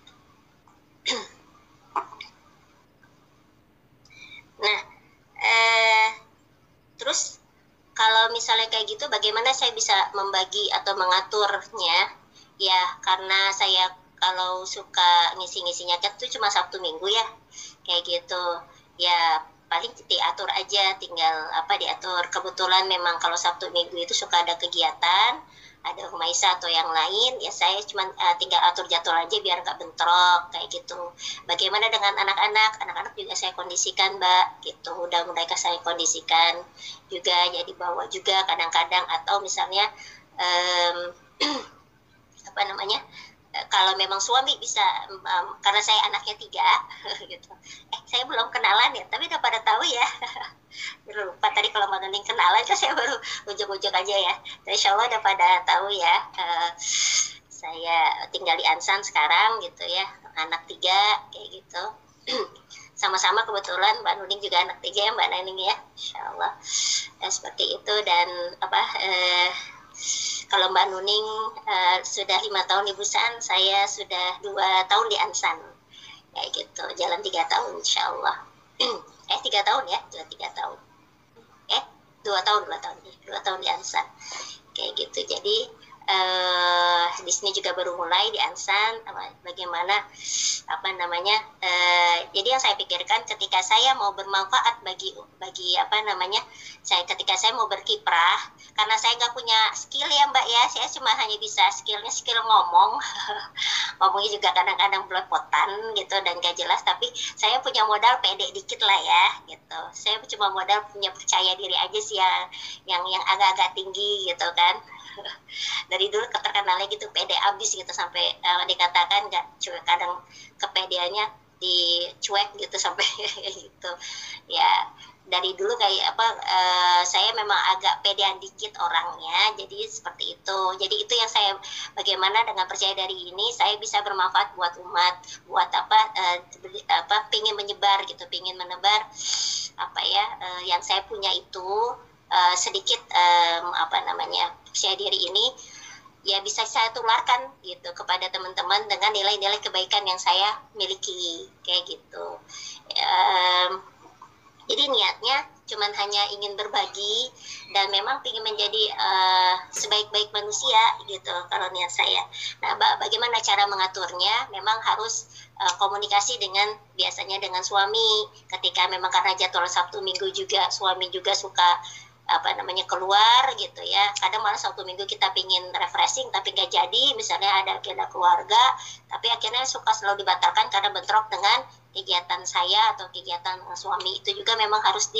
Nah, eh, terus kalau misalnya kayak gitu, bagaimana saya bisa membagi atau mengaturnya? Ya, karena saya kalau suka ngisi-ngisinya kan tuh cuma Sabtu Minggu ya, kayak gitu. Ya, paling diatur aja, tinggal apa diatur. Kebetulan memang kalau Sabtu Minggu itu suka ada kegiatan, ada Humaisa atau yang lain, ya saya cuma uh, tinggal atur jadwal aja biar nggak bentrok kayak gitu. Bagaimana dengan anak-anak? Anak-anak juga saya kondisikan, Mbak, gitu. Udah mereka saya kondisikan juga, jadi bawa juga kadang-kadang, atau misalnya um, apa namanya? Kalau memang suami bisa, um, karena saya anaknya tiga, gitu. Eh, saya belum kenalan ya, tapi udah pada tahu ya. Lupa tadi kalau mau ngeling kenalan, kan saya baru ujuk-ujuk aja ya. Dan insya Allah udah pada tahu ya. Uh, saya tinggal di Ansan sekarang, gitu ya. Anak tiga, kayak gitu. Sama-sama kebetulan Mbak Nuning juga anak tiga ya, Mbak Nuning ya. Insya Allah. Ya, seperti itu. Dan apa... Uh, Kalau Mbak Nuning uh, sudah lima tahun di Busan, saya sudah dua tahun di Ansan, kayak gitu. Jalan tiga tahun, insya Allah. eh tiga tahun ya, dua tiga tahun. Eh dua tahun, dua tahun, dua tahun di Ansan, kayak gitu. Jadi uh, di sini juga baru mulai di Ansan. Bagaimana apa namanya uh, jadi yang saya pikirkan ketika saya mau bermanfaat bagi bagi apa namanya saya ketika saya mau berkiprah, karena saya nggak punya skill ya Mbak ya, saya cuma hanya bisa skillnya skill ngomong ngomongnya juga kadang-kadang belepotan gitu dan gak jelas, tapi saya punya modal pede dikit lah ya gitu. Saya cuma modal punya percaya diri aja sih ya, yang yang agak-agak tinggi gitu kan. Dari dulu terkenalnya gitu pede abis gitu, sampai uh, dikatakan nggak cuek, kadang kepedeannya dicuek gitu sampai gitu ya. Dari dulu kayak apa uh, saya memang agak pedean dikit orangnya, jadi seperti itu. Jadi itu yang saya bagaimana dengan percaya diri ini saya bisa bermanfaat buat umat, buat apa uh, apa pingin menyebar gitu, pingin menebar apa ya uh, yang saya punya itu uh, sedikit um, apa namanya percaya diri ini ya bisa saya tularkan gitu kepada teman-teman dengan nilai-nilai kebaikan yang saya miliki kayak gitu. Um, jadi niatnya cuman hanya ingin berbagi dan memang ingin menjadi uh, sebaik-baik manusia gitu kalau niat saya. Nah, bagaimana cara mengaturnya? Memang harus uh, komunikasi dengan biasanya dengan suami. Ketika memang karena jadwal Sabtu Minggu juga suami juga suka apa namanya keluar gitu ya, kadang malah Sabtu Minggu kita pingin refreshing tapi nggak jadi, misalnya ada agenda keluarga tapi akhirnya suka selalu dibatalkan karena bentrok dengan kegiatan saya atau kegiatan suami. Itu juga memang harus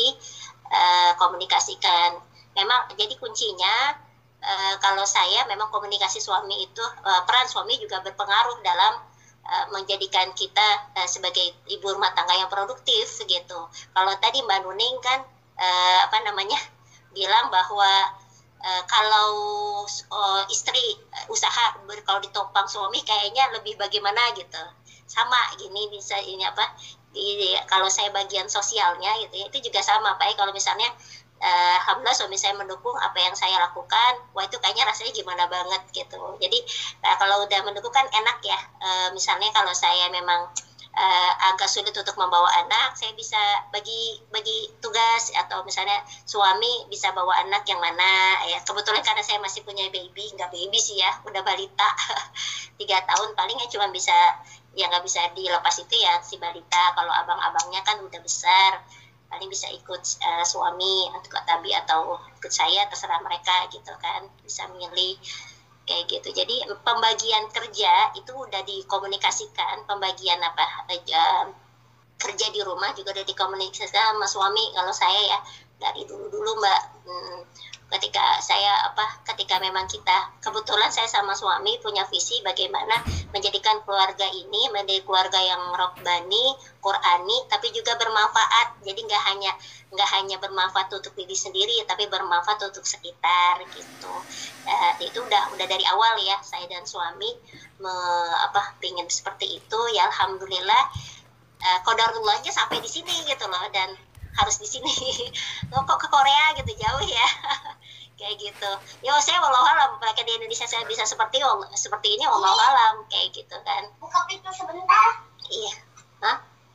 dikomunikasikan. Uh, memang jadi kuncinya uh, kalau saya memang komunikasi suami itu uh, peran suami juga berpengaruh dalam uh, menjadikan kita uh, sebagai ibu rumah tangga yang produktif gitu. Kalau tadi Mbak Nuning kan uh, apa namanya bilang bahwa uh, kalau uh, istri uh, usaha ber, kalau ditopang suami kayaknya lebih bagaimana gitu, sama gini bisa ini apa di, kalau saya bagian sosialnya gitu ya itu juga sama Pak ya, kalau misalnya uh, alhamdulillah suami saya mendukung apa yang saya lakukan, wah itu kayaknya rasanya gimana banget gitu. Jadi uh, kalau udah mendukung kan enak ya, uh, misalnya kalau saya memang Uh, agak sulit untuk membawa anak, saya bisa bagi bagi tugas, atau misalnya suami bisa bawa anak yang mana ya. Kebetulan karena saya masih punya baby, nggak baby sih ya, udah balita tiga tahun palingnya cuma bisa ya nggak bisa dilepas itu ya si balita. Kalau abang-abangnya kan udah besar, paling bisa ikut uh, suami atau tabi atau ikut saya, terserah mereka gitu kan, bisa milih kayak gitu. Jadi pembagian kerja itu udah dikomunikasikan, pembagian apa uh, kerja di rumah juga udah dikomunikasikan sama suami. Kalau saya ya dari dulu-dulu Mbak, hmm, ketika saya apa ketika memang kita kebetulan saya sama suami punya visi bagaimana menjadikan keluarga ini menjadi keluarga yang robbani, Qurani, tapi juga bermanfaat. Jadi nggak hanya nggak hanya bermanfaat untuk diri sendiri, tapi bermanfaat untuk sekitar gitu. Uh, itu udah udah dari awal ya saya dan suami me, apa pingin seperti itu ya. Alhamdulillah uh, qadarullahnya sampai di sini gitu loh, dan harus di sini. Loh, kok ke Korea gitu jauh ya. Kayak gitu. Yo saya wallahualam pakai di Indonesia saya bisa seperti seperti ini wallahualam kayak gitu kan. Buka pintu sebentar. Iya. Hah?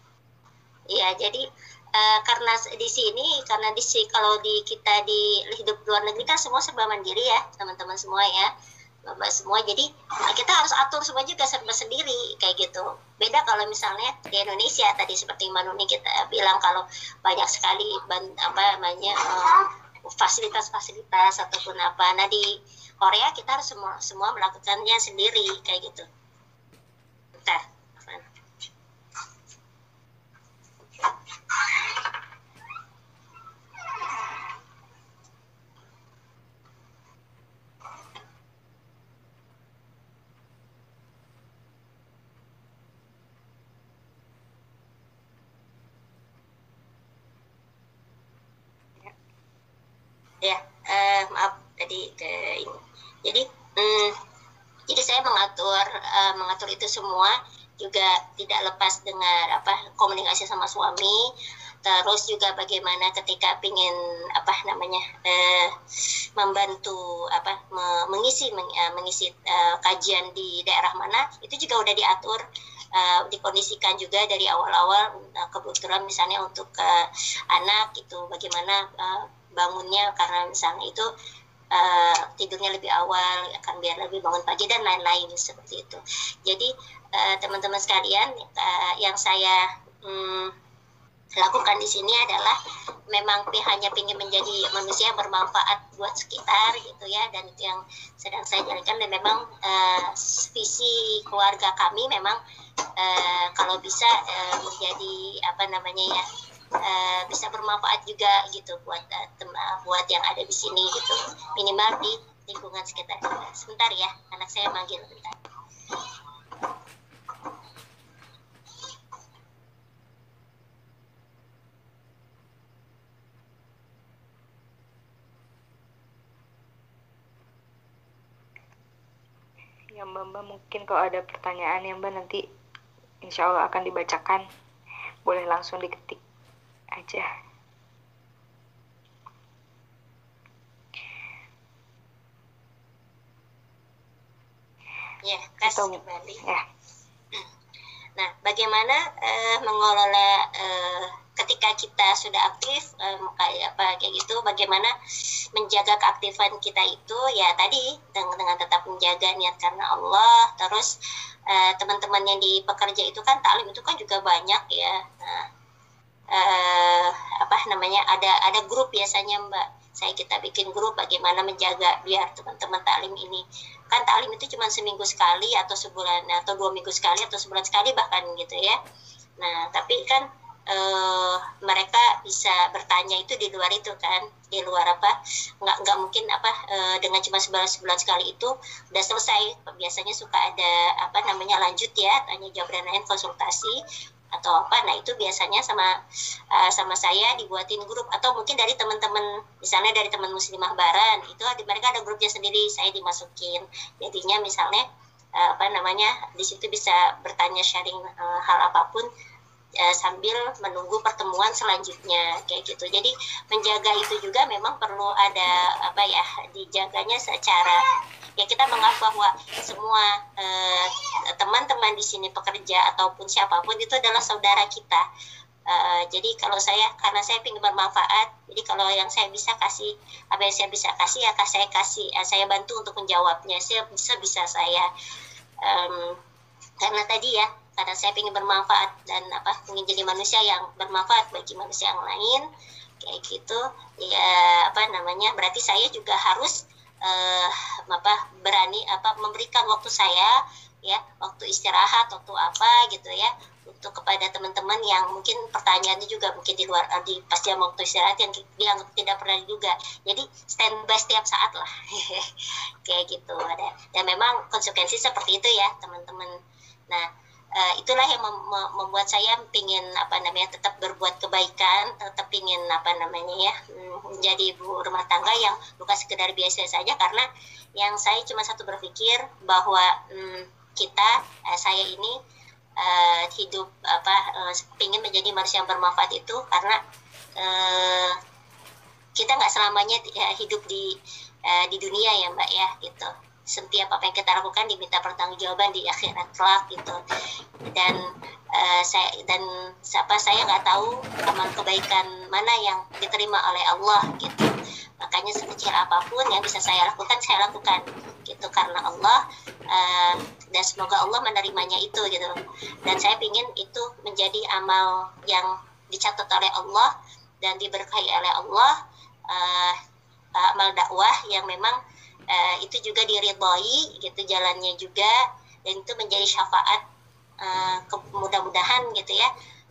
Iya, jadi uh, karena di sini karena di kalau di kita di hidup luar negeri kan semua serba mandiri ya, teman-teman semua ya. Bapak semua, jadi kita harus atur semua juga serba sendiri kayak gitu. Beda kalau misalnya di Indonesia tadi seperti Manuni kita bilang kalau banyak sekali ban, apa namanya um, fasilitas-fasilitas ataupun apa. Nah di Korea kita harus semua semua melakukannya sendiri kayak gitu. Bentar. Ya, eh, maaf tadi ke ini. Jadi, hmm, jadi saya mengatur uh, mengatur itu semua juga tidak lepas dengan apa komunikasi sama suami. Terus juga bagaimana ketika pingin apa namanya eh, membantu apa mengisi meng, uh, mengisi uh, kajian di daerah mana, itu juga udah diatur. Uh, dikondisikan juga dari awal-awal. Uh, kebetulan misalnya untuk uh, anak itu bagaimana uh, bangunnya, karena misalnya itu uh, tidurnya lebih awal akan biar lebih bangun pagi dan lain-lain seperti itu. Jadi uh, teman-teman sekalian, uh, yang saya um, lakukan di sini adalah memang hanya ingin menjadi manusia yang bermanfaat buat sekitar gitu ya, dan itu yang sedang saya jalankan. Dan memang uh, visi keluarga kami memang uh, kalau bisa uh, menjadi apa namanya ya, uh, bisa bermanfaat juga gitu buat uh, tem- buat yang ada di sini gitu, minimal di lingkungan sekitar kita. Sebentar ya, anak saya manggil bentar. Ya Mbak, Mbak mungkin kalau ada pertanyaan ya Mbak, nanti insya Allah akan dibacakan, boleh langsung diketik aja. Ya, kasih kembali. Ya. Nah, bagaimana uh, mengelola uh, ketika kita sudah aktif um, kayak apa kayak gitu, bagaimana menjaga keaktifan kita itu ya tadi dengan, dengan tetap menjaga niat karena Allah. Terus uh, teman-teman yang di pekerja itu kan taklim itu kan juga banyak ya. Nah, uh, apa namanya ada ada grup biasanya Mbak. Saya kita bikin grup bagaimana menjaga biar teman-teman taklim ini, kan taklim itu cuma seminggu sekali atau sebulan atau dua minggu sekali atau sebulan sekali bahkan gitu ya. Nah tapi kan uh, mereka bisa bertanya itu di luar itu kan, di luar apa nggak nggak mungkin apa uh, dengan cuma sebulan sebulan sekali itu udah selesai. Biasanya suka ada apa namanya lanjut ya, tanya jawab dan lain, konsultasi atau apa. Nah itu biasanya sama uh, sama saya dibuatin grup, atau mungkin dari teman-teman, misalnya dari teman muslimah baran itu mereka ada grupnya sendiri, saya dimasukin. Jadinya misalnya uh, apa namanya di situ bisa bertanya, sharing uh, hal apapun uh, sambil menunggu pertemuan selanjutnya kayak gitu. Jadi menjaga itu juga memang perlu ada apa ya, dijaganya secara ya kita menganggap bahwa semua eh, teman-teman di sini pekerja ataupun siapapun itu adalah saudara kita. Uh, jadi kalau saya, karena saya ingin bermanfaat, jadi kalau yang saya bisa kasih, apa yang saya bisa kasih ya saya kasih, uh, saya bantu untuk menjawabnya, saya bisa bisa saya um, karena tadi ya, karena saya ingin bermanfaat dan apa ingin jadi manusia yang bermanfaat bagi manusia yang lain kayak gitu ya, apa namanya berarti saya juga harus Uh, apa berani apa memberikan waktu saya ya, waktu istirahat, waktu apa gitu ya, untuk kepada teman-teman yang mungkin pertanyaannya juga mungkin di luar di pas jam waktu istirahat yang dia tidak pernah juga, jadi standby setiap saat lah kayak gitu ada. Dan memang konsekuensi seperti itu ya teman-teman. Nah Uh, itulah yang mem- membuat saya pingin apa namanya tetap berbuat kebaikan, tetap pingin apa namanya ya menjadi ibu rumah tangga yang bukan sekedar biasa saja, karena yang saya cuma satu berpikir bahwa um, kita uh, saya ini uh, hidup apa uh, pingin menjadi manusia yang bermanfaat itu karena uh, kita nggak selamanya uh, hidup di uh, di dunia ya Mbak ya gitu. Setiap apa yang kita lakukan diminta pertanggungjawaban di akhirat kelak gitu. Dan uh, saya dan siapa saya nggak tahu amal kebaikan mana yang diterima oleh Allah gitu. Makanya sekecil apapun yang bisa saya lakukan saya lakukan gitu karena Allah, uh, dan semoga Allah menerimanya itu gitu. Dan saya ingin itu menjadi amal yang dicatat oleh Allah dan diberkahi oleh Allah, uh, amal dakwah yang memang Uh, itu juga diridhoi gitu jalannya juga, dan itu menjadi syafaat uh, ke- mudah-mudahan gitu ya,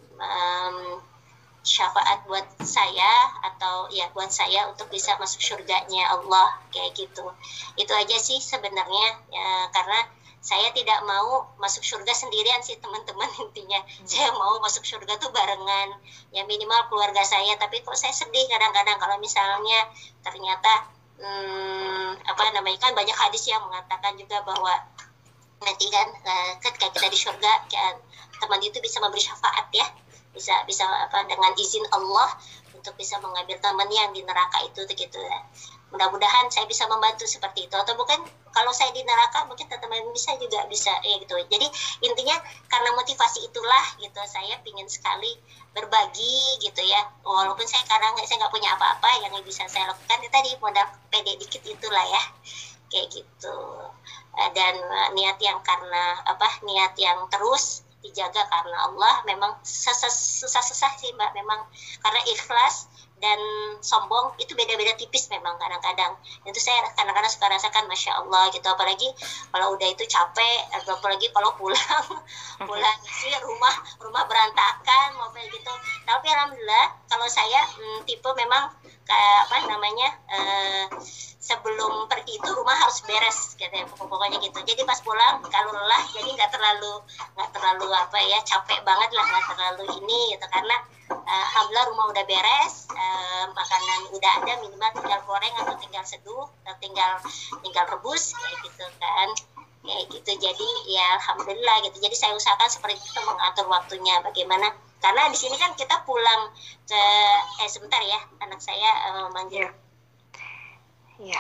um, syafaat buat saya atau ya buat saya untuk bisa masuk surganya Allah kayak gitu. Itu aja sih sebenarnya ya, karena saya tidak mau masuk surga sendirian sih teman-teman, intinya hmm. saya mau masuk surga tuh barengan ya, minimal keluarga saya. Tapi kok saya sedih kadang-kadang kalau misalnya ternyata Hmm, apa namanya kan banyak hadis yang mengatakan juga bahwa nanti kan uh, ketika kita di surga kan, teman itu bisa memberi syafaat ya, bisa bisa apa dengan izin Allah untuk bisa mengambil teman yang di neraka itu gitu ya. Mudah-mudahan saya bisa membantu seperti itu, atau bukan kalau saya di neraka mungkin teman-teman bisa juga bisa ya gitu. Jadi intinya karena motivasi itulah gitu saya pingin sekali berbagi gitu ya, walaupun saya karena saya nggak punya apa-apa yang bisa saya lakukan itu tadi modal pede dikit itulah ya kayak gitu. uh, dan uh, niat yang karena apa niat yang terus dijaga karena Allah. Memang susah-susah sih Mbak, memang karena ikhlas dan sombong itu beda-beda tipis memang kadang-kadang. Itu saya kadang-kadang suka rasakan Masya Allah gitu, apalagi kalau udah itu capek, apalagi kalau pulang pulang sih rumah rumah berantakan mau kayak gitu. Tapi alhamdulillah kalau saya hmm, tipe memang kayak apa namanya eh, sebelum pergi itu rumah harus beres gitu ya, pokoknya gitu. Jadi pas pulang kalau lelah jadi nggak terlalu nggak terlalu apa ya capek banget lah, nggak terlalu ini gitu, karena uh, alhamdulillah rumah udah beres, uh, makanan udah ada, minimal tinggal goreng atau tinggal seduh atau tinggal tinggal rebus kayak gitu kan, kayak gitu. Jadi ya alhamdulillah gitu. Jadi saya usahakan seperti itu, mengatur waktunya bagaimana, karena di sini kan kita pulang ke eh sebentar ya, anak saya uh, manggil. Iya.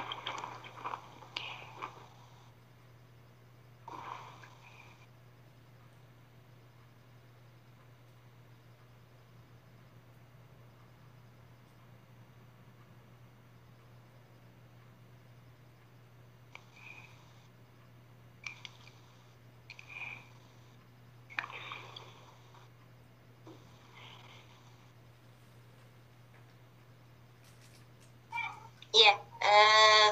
Iya, uh,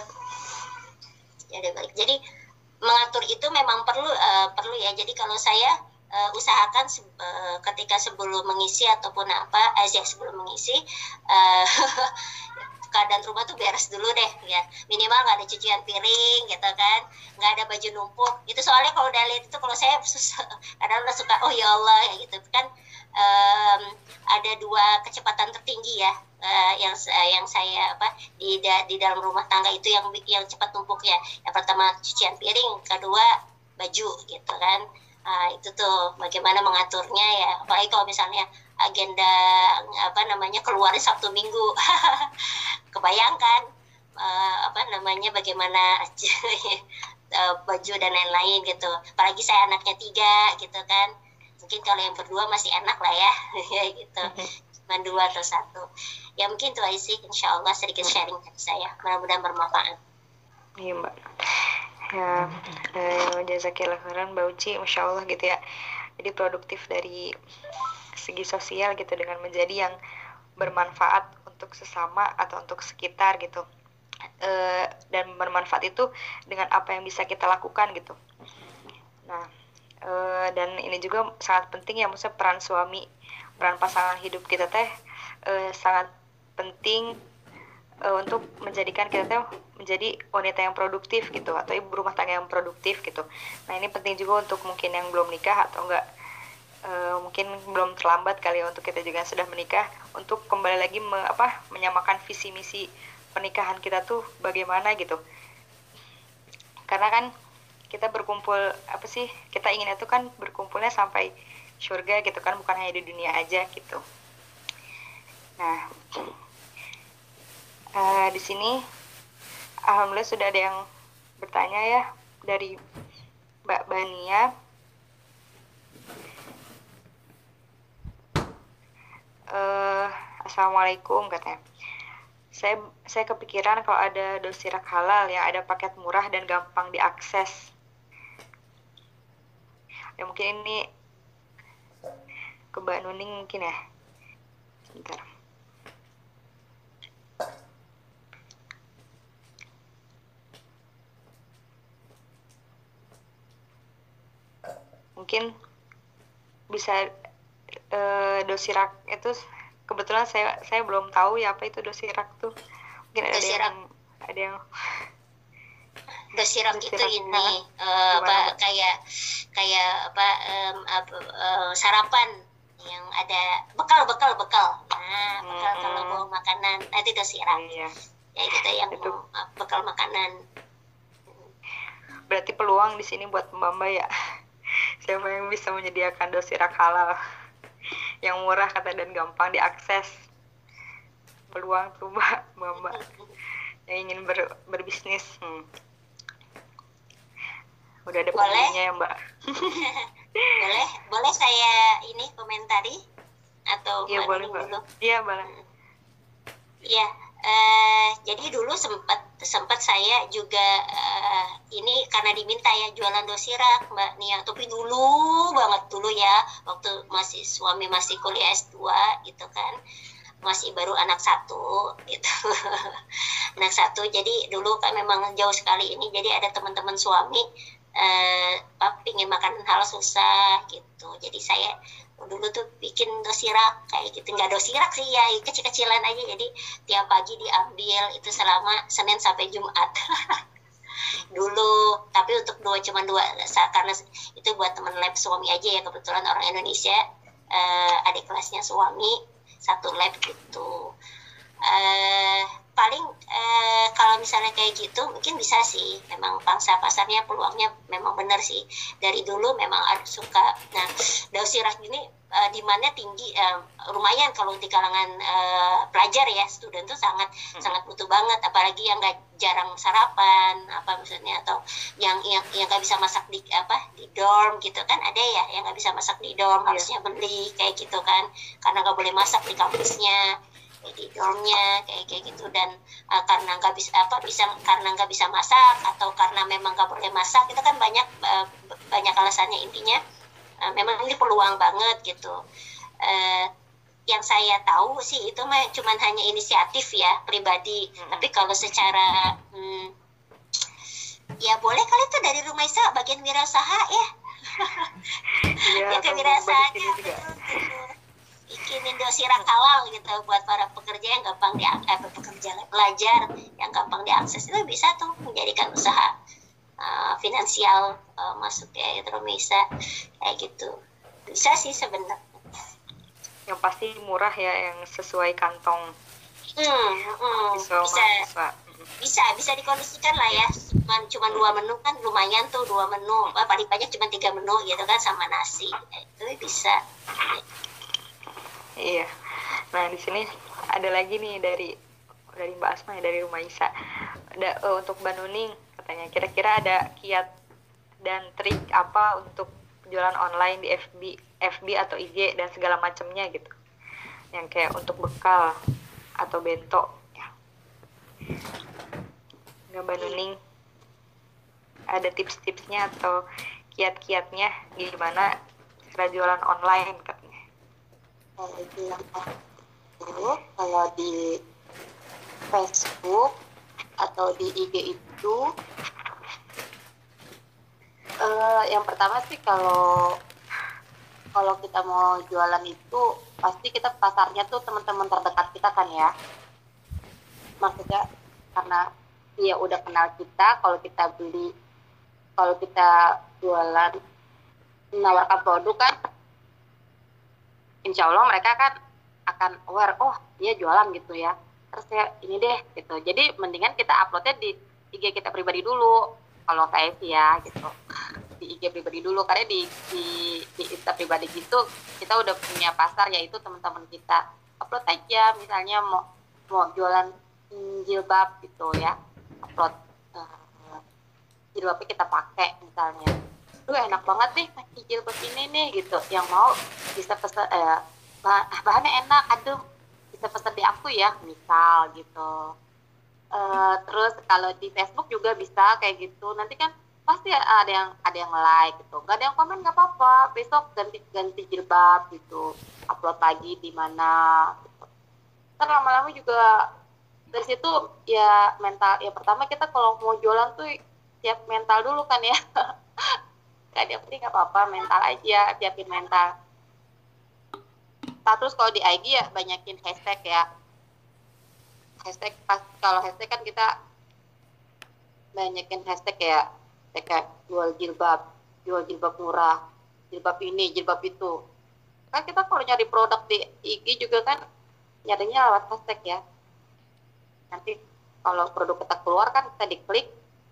ya udah balik. Jadi mengatur itu memang perlu uh, perlu ya. Jadi kalau saya uh, usahakan se- uh, ketika sebelum mengisi ataupun apa, eh ya sebelum mengisi uh, keadaan rumah tuh beres dulu deh ya. Minimal nggak ada cucian piring gitu kan, nggak ada baju numpuk. Itu soalnya kalau udah lihat itu, kalau saya kadang suka oh ya Allah ya gitu kan. Um, ada dua kecepatan tertinggi ya. Uh, yang uh, yang saya apa di da, di dalam rumah tangga itu yang yang cepat numpuk ya. Yang pertama cucian piring, kedua baju gitu kan. Uh, itu tuh bagaimana mengaturnya ya. Apalagi kalau misalnya agenda apa namanya keluar Sabtu Minggu, kebayangkan uh, apa namanya bagaimana uh, baju dan lain-lain gitu. Apalagi saya anaknya tiga gitu kan. Mungkin kalau yang berdua masih enak lah ya, gitu. Cuma dua atau satu. Ya mungkin itu aja sih, insya Allah sedikit sharing dari saya. Mudah-mudahan bermanfaat. Iya Mbak. Ya, eh, jazakillah khairan Mbak Uci, Masya Allah gitu ya. Jadi produktif dari segi sosial gitu, dengan menjadi yang bermanfaat untuk sesama atau untuk sekitar gitu. E, dan bermanfaat itu dengan apa yang bisa kita lakukan gitu. Nah, e, dan ini juga sangat penting ya, maksudnya peran suami, peran pasangan hidup kita teh e, sangat penting e, untuk menjadikan kita teh menjadi wanita yang produktif gitu, atau ibu rumah tangga yang produktif gitu. Nah, ini penting juga untuk mungkin yang belum nikah atau enggak, e, mungkin belum terlambat kali ya untuk kita juga yang sudah menikah, untuk kembali lagi me, apa, menyamakan visi misi pernikahan kita tuh bagaimana gitu. Karena kan kita berkumpul apa sih, kita inginnya tuh kan berkumpulnya sampai surga gitu kan, bukan hanya di dunia aja gitu. Nah, uh, di sini alhamdulillah sudah ada yang bertanya ya, dari Mbak Bania. Uh, Assalamualaikum katanya. Saya saya kepikiran kalau ada dosirak halal yang ada paket murah dan gampang diakses. Ya mungkin ini ke Mbak Nuning mungkin ya. Sebentar. Mungkin bisa eh, dosirak itu, kebetulan saya saya belum tahu ya apa itu dosirak tuh. Mungkin ada dosirak. yang ada yang dosirak itu ini uh, apa kayak kayak apa, um, apa uh, sarapan yang ada bekal bekal bekal. Nah, bekal hmm. kalau mau makanan nanti dosirak. Iya. Ya gitu yang itu. Mau bekal makanan. Berarti peluang di sini buat Mbak ya. Siapa yang bisa menyediakan dosirak halal yang murah kata dan gampang diakses. Peluang tuh Mbak, Mbak yang ingin ber, berbisnis. Hmm. Udah ada pembelinya ya Mbak. boleh, boleh saya ini komentari atau iya boleh Mbak. Iya boleh. Iya, Uh, jadi dulu sempat sempat saya juga uh, ini karena diminta ya jualan dosirak Mbak Nia, tapi dulu banget dulu ya, waktu masih suami masih kuliah S dua gitu kan, masih baru anak satu gitu. Anak satu, jadi dulu kan memang jauh sekali ini, jadi ada teman-teman suami uh, pingin makan hal susah gitu, jadi saya dulu tuh bikin dosirak kayak gitu, nggak dosirak sih ya, kecil-kecilan aja, jadi tiap pagi diambil itu selama Senin sampai Jumat. Dulu, tapi untuk dua cuman dua, karena itu buat teman lab suami aja ya, kebetulan orang Indonesia, uh, adik kelasnya suami satu lab gitu. Uh, paling uh, kalau misalnya kayak gitu mungkin bisa sih, memang pangsa pasarnya peluangnya memang benar sih, dari dulu memang harus suka. Nah, dosirak gini uh, demandnya tinggi, uh, lumayan kalau di kalangan uh, pelajar ya, student tuh sangat hmm. sangat butuh banget, apalagi yang nggak jarang sarapan apa maksudnya, atau yang yang yang nggak bisa masak di apa di dorm gitu kan, ada ya yang nggak bisa masak di dorm, yeah. harusnya beli kayak gitu kan, karena nggak boleh masak di kampusnya, di dormnya kayak kayak gitu. Dan uh, karena nggak bisa apa bisa karena nggak bisa masak atau karena memang nggak boleh masak, itu kan banyak uh, banyak alasannya, intinya uh, memang ini peluang banget gitu. Uh, yang saya tahu sih itu mah cuman hanya inisiatif ya pribadi, hmm. tapi kalau secara hmm, ya boleh kali tuh dari Rumaisa bagian wirausaha ya. Ya ke wirausahanya gitu, gitu. Bikinin dosirak halal gitu buat para pekerja yang gampang di eh, pekerja pelajar yang gampang diakses, itu bisa tuh menjadikan usaha uh, finansial uh, masuk ya Rumaisa kayak gitu, bisa sih sebenarnya. Yang pasti murah ya, yang sesuai kantong hmm, hmm, bisa mahasiswa. bisa bisa dikondisikan lah ya, cuma cuma dua menu kan lumayan tuh, dua menu paling banyak cuma tiga menu gitu kan sama nasi, itu bisa. Iya. Nah, di sini ada lagi nih dari dari Mbak Asma ya, dari Rumaisa. Ada uh, untuk Mbak Nuning katanya, kira-kira ada kiat dan trik apa untuk jualan online di F B, F B atau I G dan segala macamnya gitu. Yang kayak untuk bekal atau bento ya. Nggak Mbak Nuning ada tips-tipsnya atau kiat-kiatnya gimana cara jualan online katanya? Kalau itu yang itu kalau di Facebook atau di I G itu uh, yang pertama sih kalau kalau kita mau jualan itu pasti kita pasarnya tuh teman-teman terdekat kita kan ya, maksudnya karena dia udah kenal kita, kalau kita beli kalau kita jualan menawarkan produk kan insya Allah mereka kan akan aware, oh dia jualan gitu ya, terus ya ini deh gitu. Jadi mendingan kita uploadnya di I G kita pribadi dulu, kalau saya sih ya gitu, di I G pribadi dulu, karena di di, di Insta pribadi gitu kita udah punya pasar, yaitu teman-teman kita. Upload aja misalnya mau mau jualan hmm, jilbab gitu ya, upload uh, jilbabnya kita pakai misalnya. Duh enak banget nih pakai jilbab ini nih gitu, yang mau bisa pesan eh, bah- bahannya enak, aduh bisa pesan di aku ya misal gitu. Uh, terus kalau di Facebook juga bisa kayak gitu, nanti kan pasti ada yang ada yang like gitu, nggak ada yang komen nggak apa-apa, besok ganti ganti jilbab gitu, upload lagi di mana gitu. Kan lama-lama juga dari situ ya mental, ya pertama kita kalau mau jualan tuh siap mental dulu kan ya. Gak ada penting nggak apa-apa, mental aja, siapin mental. Nah, terus kalau di I G ya banyakin hashtag ya, hashtag pas kalau hashtag kan kita banyakin hashtag ya, kayak jual jilbab, jual jilbab murah, jilbab ini, jilbab itu. Kan kita kalau nyari produk di I G juga kan nyarinya lewat hashtag ya. Nanti kalau produk kita keluar kan kita diklik,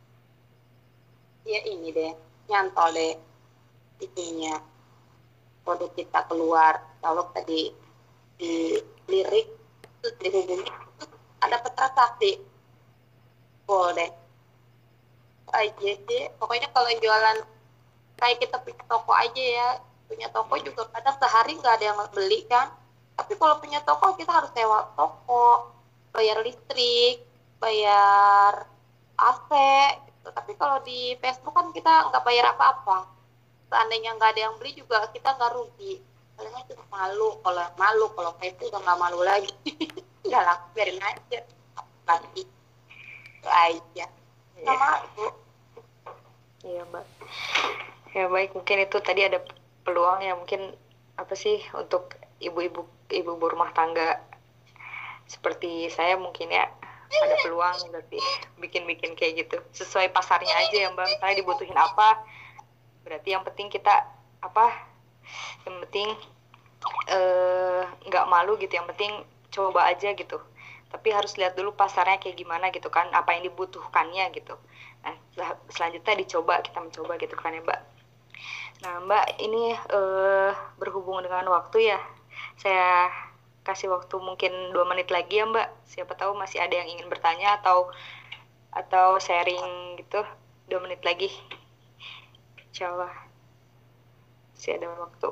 ya ini deh, nyantol deh itunya, produk kita keluar. Kalau tadi di lirik terus dihubungi terus ada transaksi, boleh aja sih. Pokoknya kalau jualan kayak kita punya toko aja ya, punya toko juga kadang sehari nggak ada yang beli kan, tapi kalau punya toko kita harus sewa toko, bayar listrik, bayar A C gitu. Tapi kalau di Facebook kan kita nggak bayar apa-apa. Seandainya nggak ada yang beli juga kita nggak rugi. Palingan cuma malu, kalau malu kalau Facebook udah nggak malu lagi. Udah lah, biarin aja. Lagi itu aja. Sama Bu. Iya Mbak. Ya baik, mungkin itu tadi ada peluang ya, mungkin apa sih untuk ibu-ibu ibu rumah tangga seperti saya mungkin ya ada peluang berarti bikin-bikin kayak gitu sesuai pasarnya aja ya Mbak. Misalnya dibutuhin apa, berarti yang penting kita apa yang penting nggak eh, malu gitu, yang penting coba aja gitu. Tapi harus lihat dulu pasarnya kayak gimana gitu kan, apa yang dibutuhkannya gitu. Nah selanjutnya dicoba, kita mencoba gitu kan ya Mbak. Nah Mbak ini eh, berhubung dengan waktu ya, saya kasih waktu mungkin dua menit lagi ya Mbak. Siapa tahu masih ada yang ingin bertanya atau atau sharing gitu. Dua menit lagi, insya Allah masih ada waktu.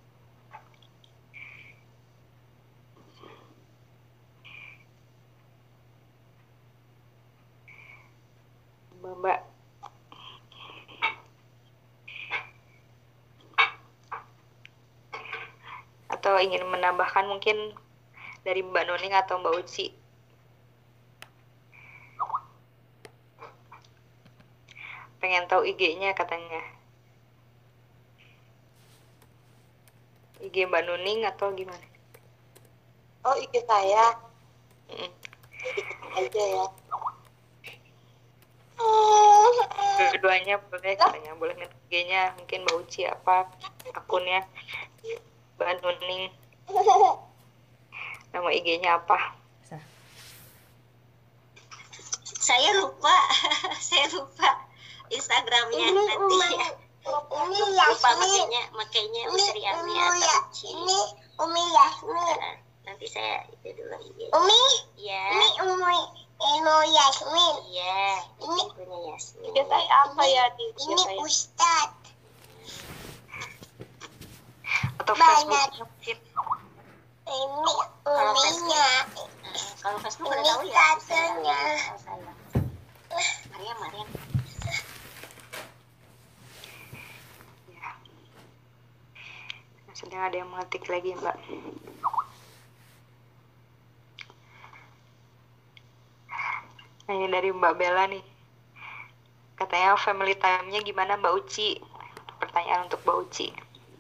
Mbak atau ingin menambahkan mungkin dari Mbak Nuning atau Mbak Uci. Pengen tahu I G-nya katanya. I G Mbak Nuning atau gimana? Oh, I G saya. Mm. Aja ya. Keduanya boleh katanya, boleh minta I G-nya, mungkin Mbak Uci apa akunnya, Mbak Nuning nama I G-nya apa? Saya lupa, saya lupa Instagramnya ini nanti Umi, ya. ini Lupa Yasmin, makanya makanya ini Ustri Ami Umi, atau ya, Uci. ini Umi Yasmin, Nah, nanti saya itu dulu iya. Umi, Iya. ini Umi, Eno Yasmin, Iya. Ini punya Yasmin. I G saya apa ya di I G ini saya? Ustad, Atau Banyak. Facebook mungkin. ini Kalau Uminya, Nah, kalau Facebook udah ini tahu ya. katanya. Saya- saya. Mariam, Mariam. Ya. Nah, sedang ada yang mengetik lagi Mbak. Nah ini dari Mbak Bella nih, katanya family time-nya gimana Mbak Uci? Pertanyaan untuk Mbak Uci.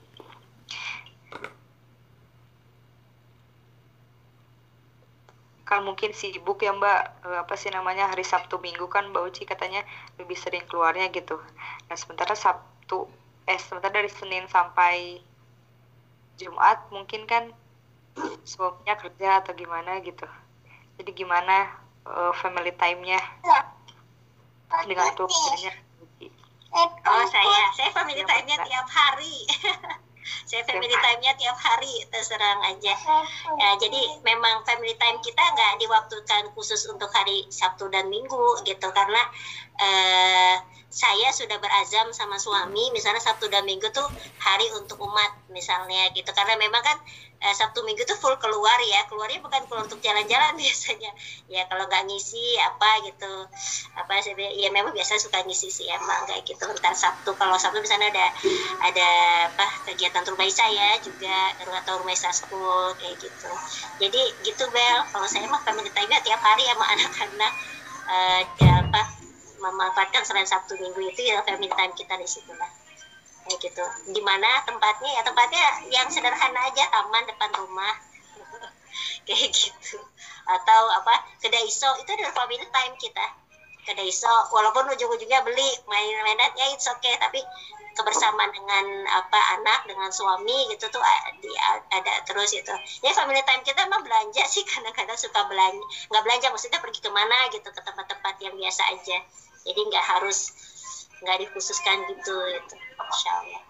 Kan mungkin sibuk ya Mbak, eh, apa sih namanya, hari Sabtu Minggu kan Mbak Uci katanya lebih sering keluarnya gitu. Nah sementara Sabtu, eh sementara dari Senin sampai Jumat mungkin kan suaminya kerja atau gimana gitu. Jadi gimana uh, family time-nya dengan keluarganya? Oh saya, saya family time-nya tiap hari. Saya family time-nya tiap hari, terserang aja. Ya, jadi memang family time kita nggak diwaktukan khusus untuk hari Sabtu dan Minggu gitu, karena eh, saya sudah berazam sama suami, misalnya Sabtu dan Minggu tuh hari untuk umat misalnya gitu, karena memang kan eh, Sabtu Minggu tuh full keluar ya, keluarnya bukan keluar untuk jalan-jalan biasanya, ya kalau nggak ngisi apa gitu, apa sih ya memang biasa suka ngisi sih emang kayak gitu. Ntar Sabtu, kalau Sabtu misalnya ada ada apa kegiatan rumah saya juga atau rumah school kayak gitu. Jadi gitu Bel, kalau saya mah family time-nya tiap hari sama anak-anak uh, ya apa memanfaatkan selain Sabtu Minggu itu ya family time kita di situ lah. Kayak gitu. Di mana tempatnya ya tempatnya yang sederhana aja, taman depan rumah. Kayak gitu. Atau apa kedai iso itu adalah family time kita. Kedai iso walaupun ujung-ujungnya beli main-mainan ya it's okay, tapi kebersamaan dengan apa anak dengan suami gitu tuh di, ada terus itu ya. Family time kita emang belanja sih, kadang-kadang suka belanja, nggak belanja maksudnya pergi kemana gitu, ke tempat-tempat yang biasa aja, jadi nggak harus nggak dikhususkan gitu itu Insya Allah.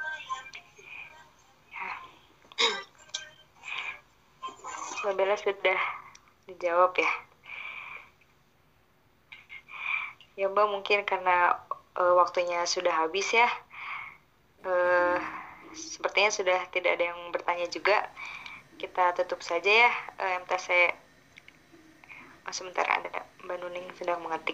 Mbak Bella sudah dijawab ya. Ya Mbak, mungkin karena uh, waktunya sudah habis ya. Uh, sepertinya sudah tidak ada yang bertanya juga. Kita tutup saja ya uh, M T C Oh, sebentar, ada Mbak Nuning sedang mengetik.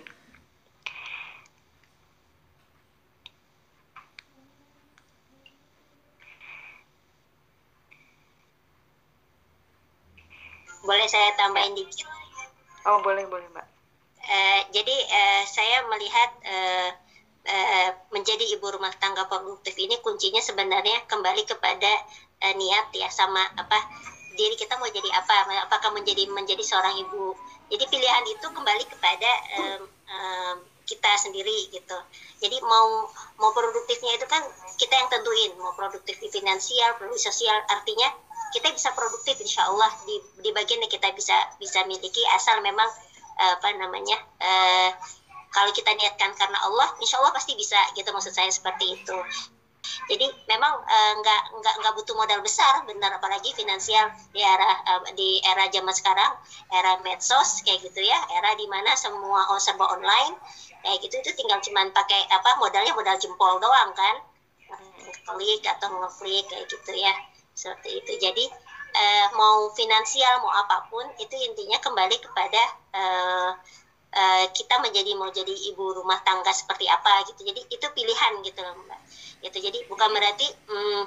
Boleh saya tambahin dikit? Oh, boleh, boleh Mbak. Uh, jadi uh, saya melihat uh, uh, menjadi ibu rumah tangga produktif ini kuncinya sebenarnya kembali kepada uh, niat ya, sama apa diri kita mau jadi apa, apakah menjadi menjadi seorang ibu. Jadi pilihan itu kembali kepada um, um, kita sendiri gitu. Jadi mau mau produktifnya itu kan kita yang tentuin, mau produktif di finansial, produktif sosial, artinya kita bisa produktif insya Allah di di bagian yang kita bisa bisa miliki, asal memang apa namanya uh, kalau kita niatkan karena Allah, insya Allah pasti bisa gitu, maksud saya seperti itu. Jadi memang uh, nggak nggak nggak butuh modal besar, benar, apalagi finansial di era uh, di era zaman sekarang, era medsos kayak gitu ya, era dimana semua oh, serba online kayak gitu, itu tinggal cuman pakai apa modalnya modal jempol doang kan, klik atau ngeklik kayak gitu ya, seperti itu. Jadi Uh, mau finansial mau apapun itu intinya kembali kepada uh, uh, kita menjadi mau jadi ibu rumah tangga seperti apa gitu. Jadi itu pilihan gitu loh Mbak. Gitu. Jadi bukan berarti um,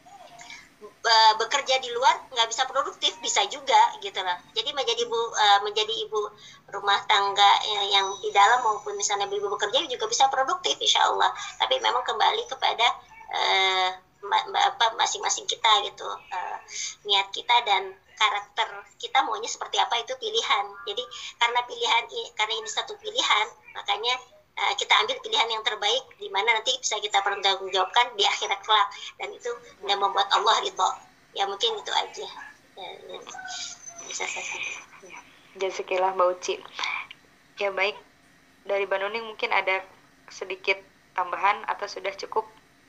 uh, bekerja di luar nggak bisa produktif, bisa juga gitu loh. Jadi menjadi ibu uh, menjadi ibu rumah tangga yang di dalam maupun misalnya ibu bekerja juga bisa produktif insya Allah. Tapi memang kembali kepada uh, apa masing-masing kita gitu, uh, niat kita dan karakter kita maunya seperti apa itu pilihan. Jadi karena pilihan karena ini satu pilihan, makanya uh, kita ambil pilihan yang terbaik di mana nanti bisa kita pertanggungjawabkan di akhirat kelak, dan itu yang membuat Allah ridho. Ya mungkin itu aja. Ya, ya. Bisa saya sampaikan. Jazakallah Mbak Uci. Ya baik, dari Mbak Nuning mungkin ada sedikit tambahan atau sudah cukup?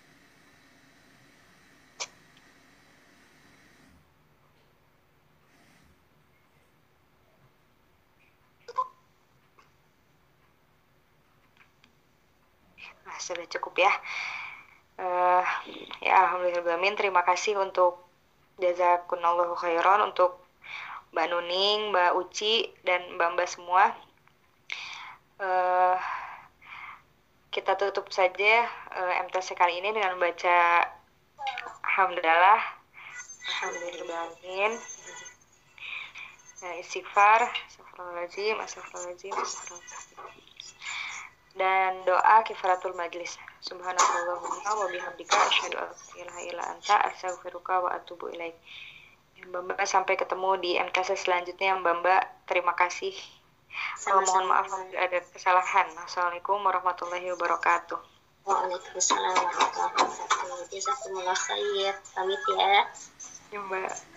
Nah, sudah cukup ya. Uh, ya alhamdulillah, terima kasih untuk jazakumullahu khairan untuk Mbak Nuning, Mbak Uci, dan Mbak-mbak semua. Uh, kita tutup saja uh, M T S kali ini dengan baca Alhamdulillah, Alhamdulillahirrahmanirrahim. Nah, istighfar, astagfirullahaladzim, astagfirullahaladzim, astagfirullahaladzim. Dan doa kifaratul majlis. Subhanallahumma wa bihamdika asyhadu an la ilaha illa anta astaghfiruka wa atubu ilaik. Mbak-mbak, sampai ketemu di M T S selanjutnya. Mbak-mbak, terima kasih. Oh, mohon maaf kalau ada kesalahan. Assalamualaikum warahmatullahi wabarakatuh. Waalaikumsalam warahmatullahi wabarakatuh. Jazakumullah khair. Pamit ya. Ya, Mbak.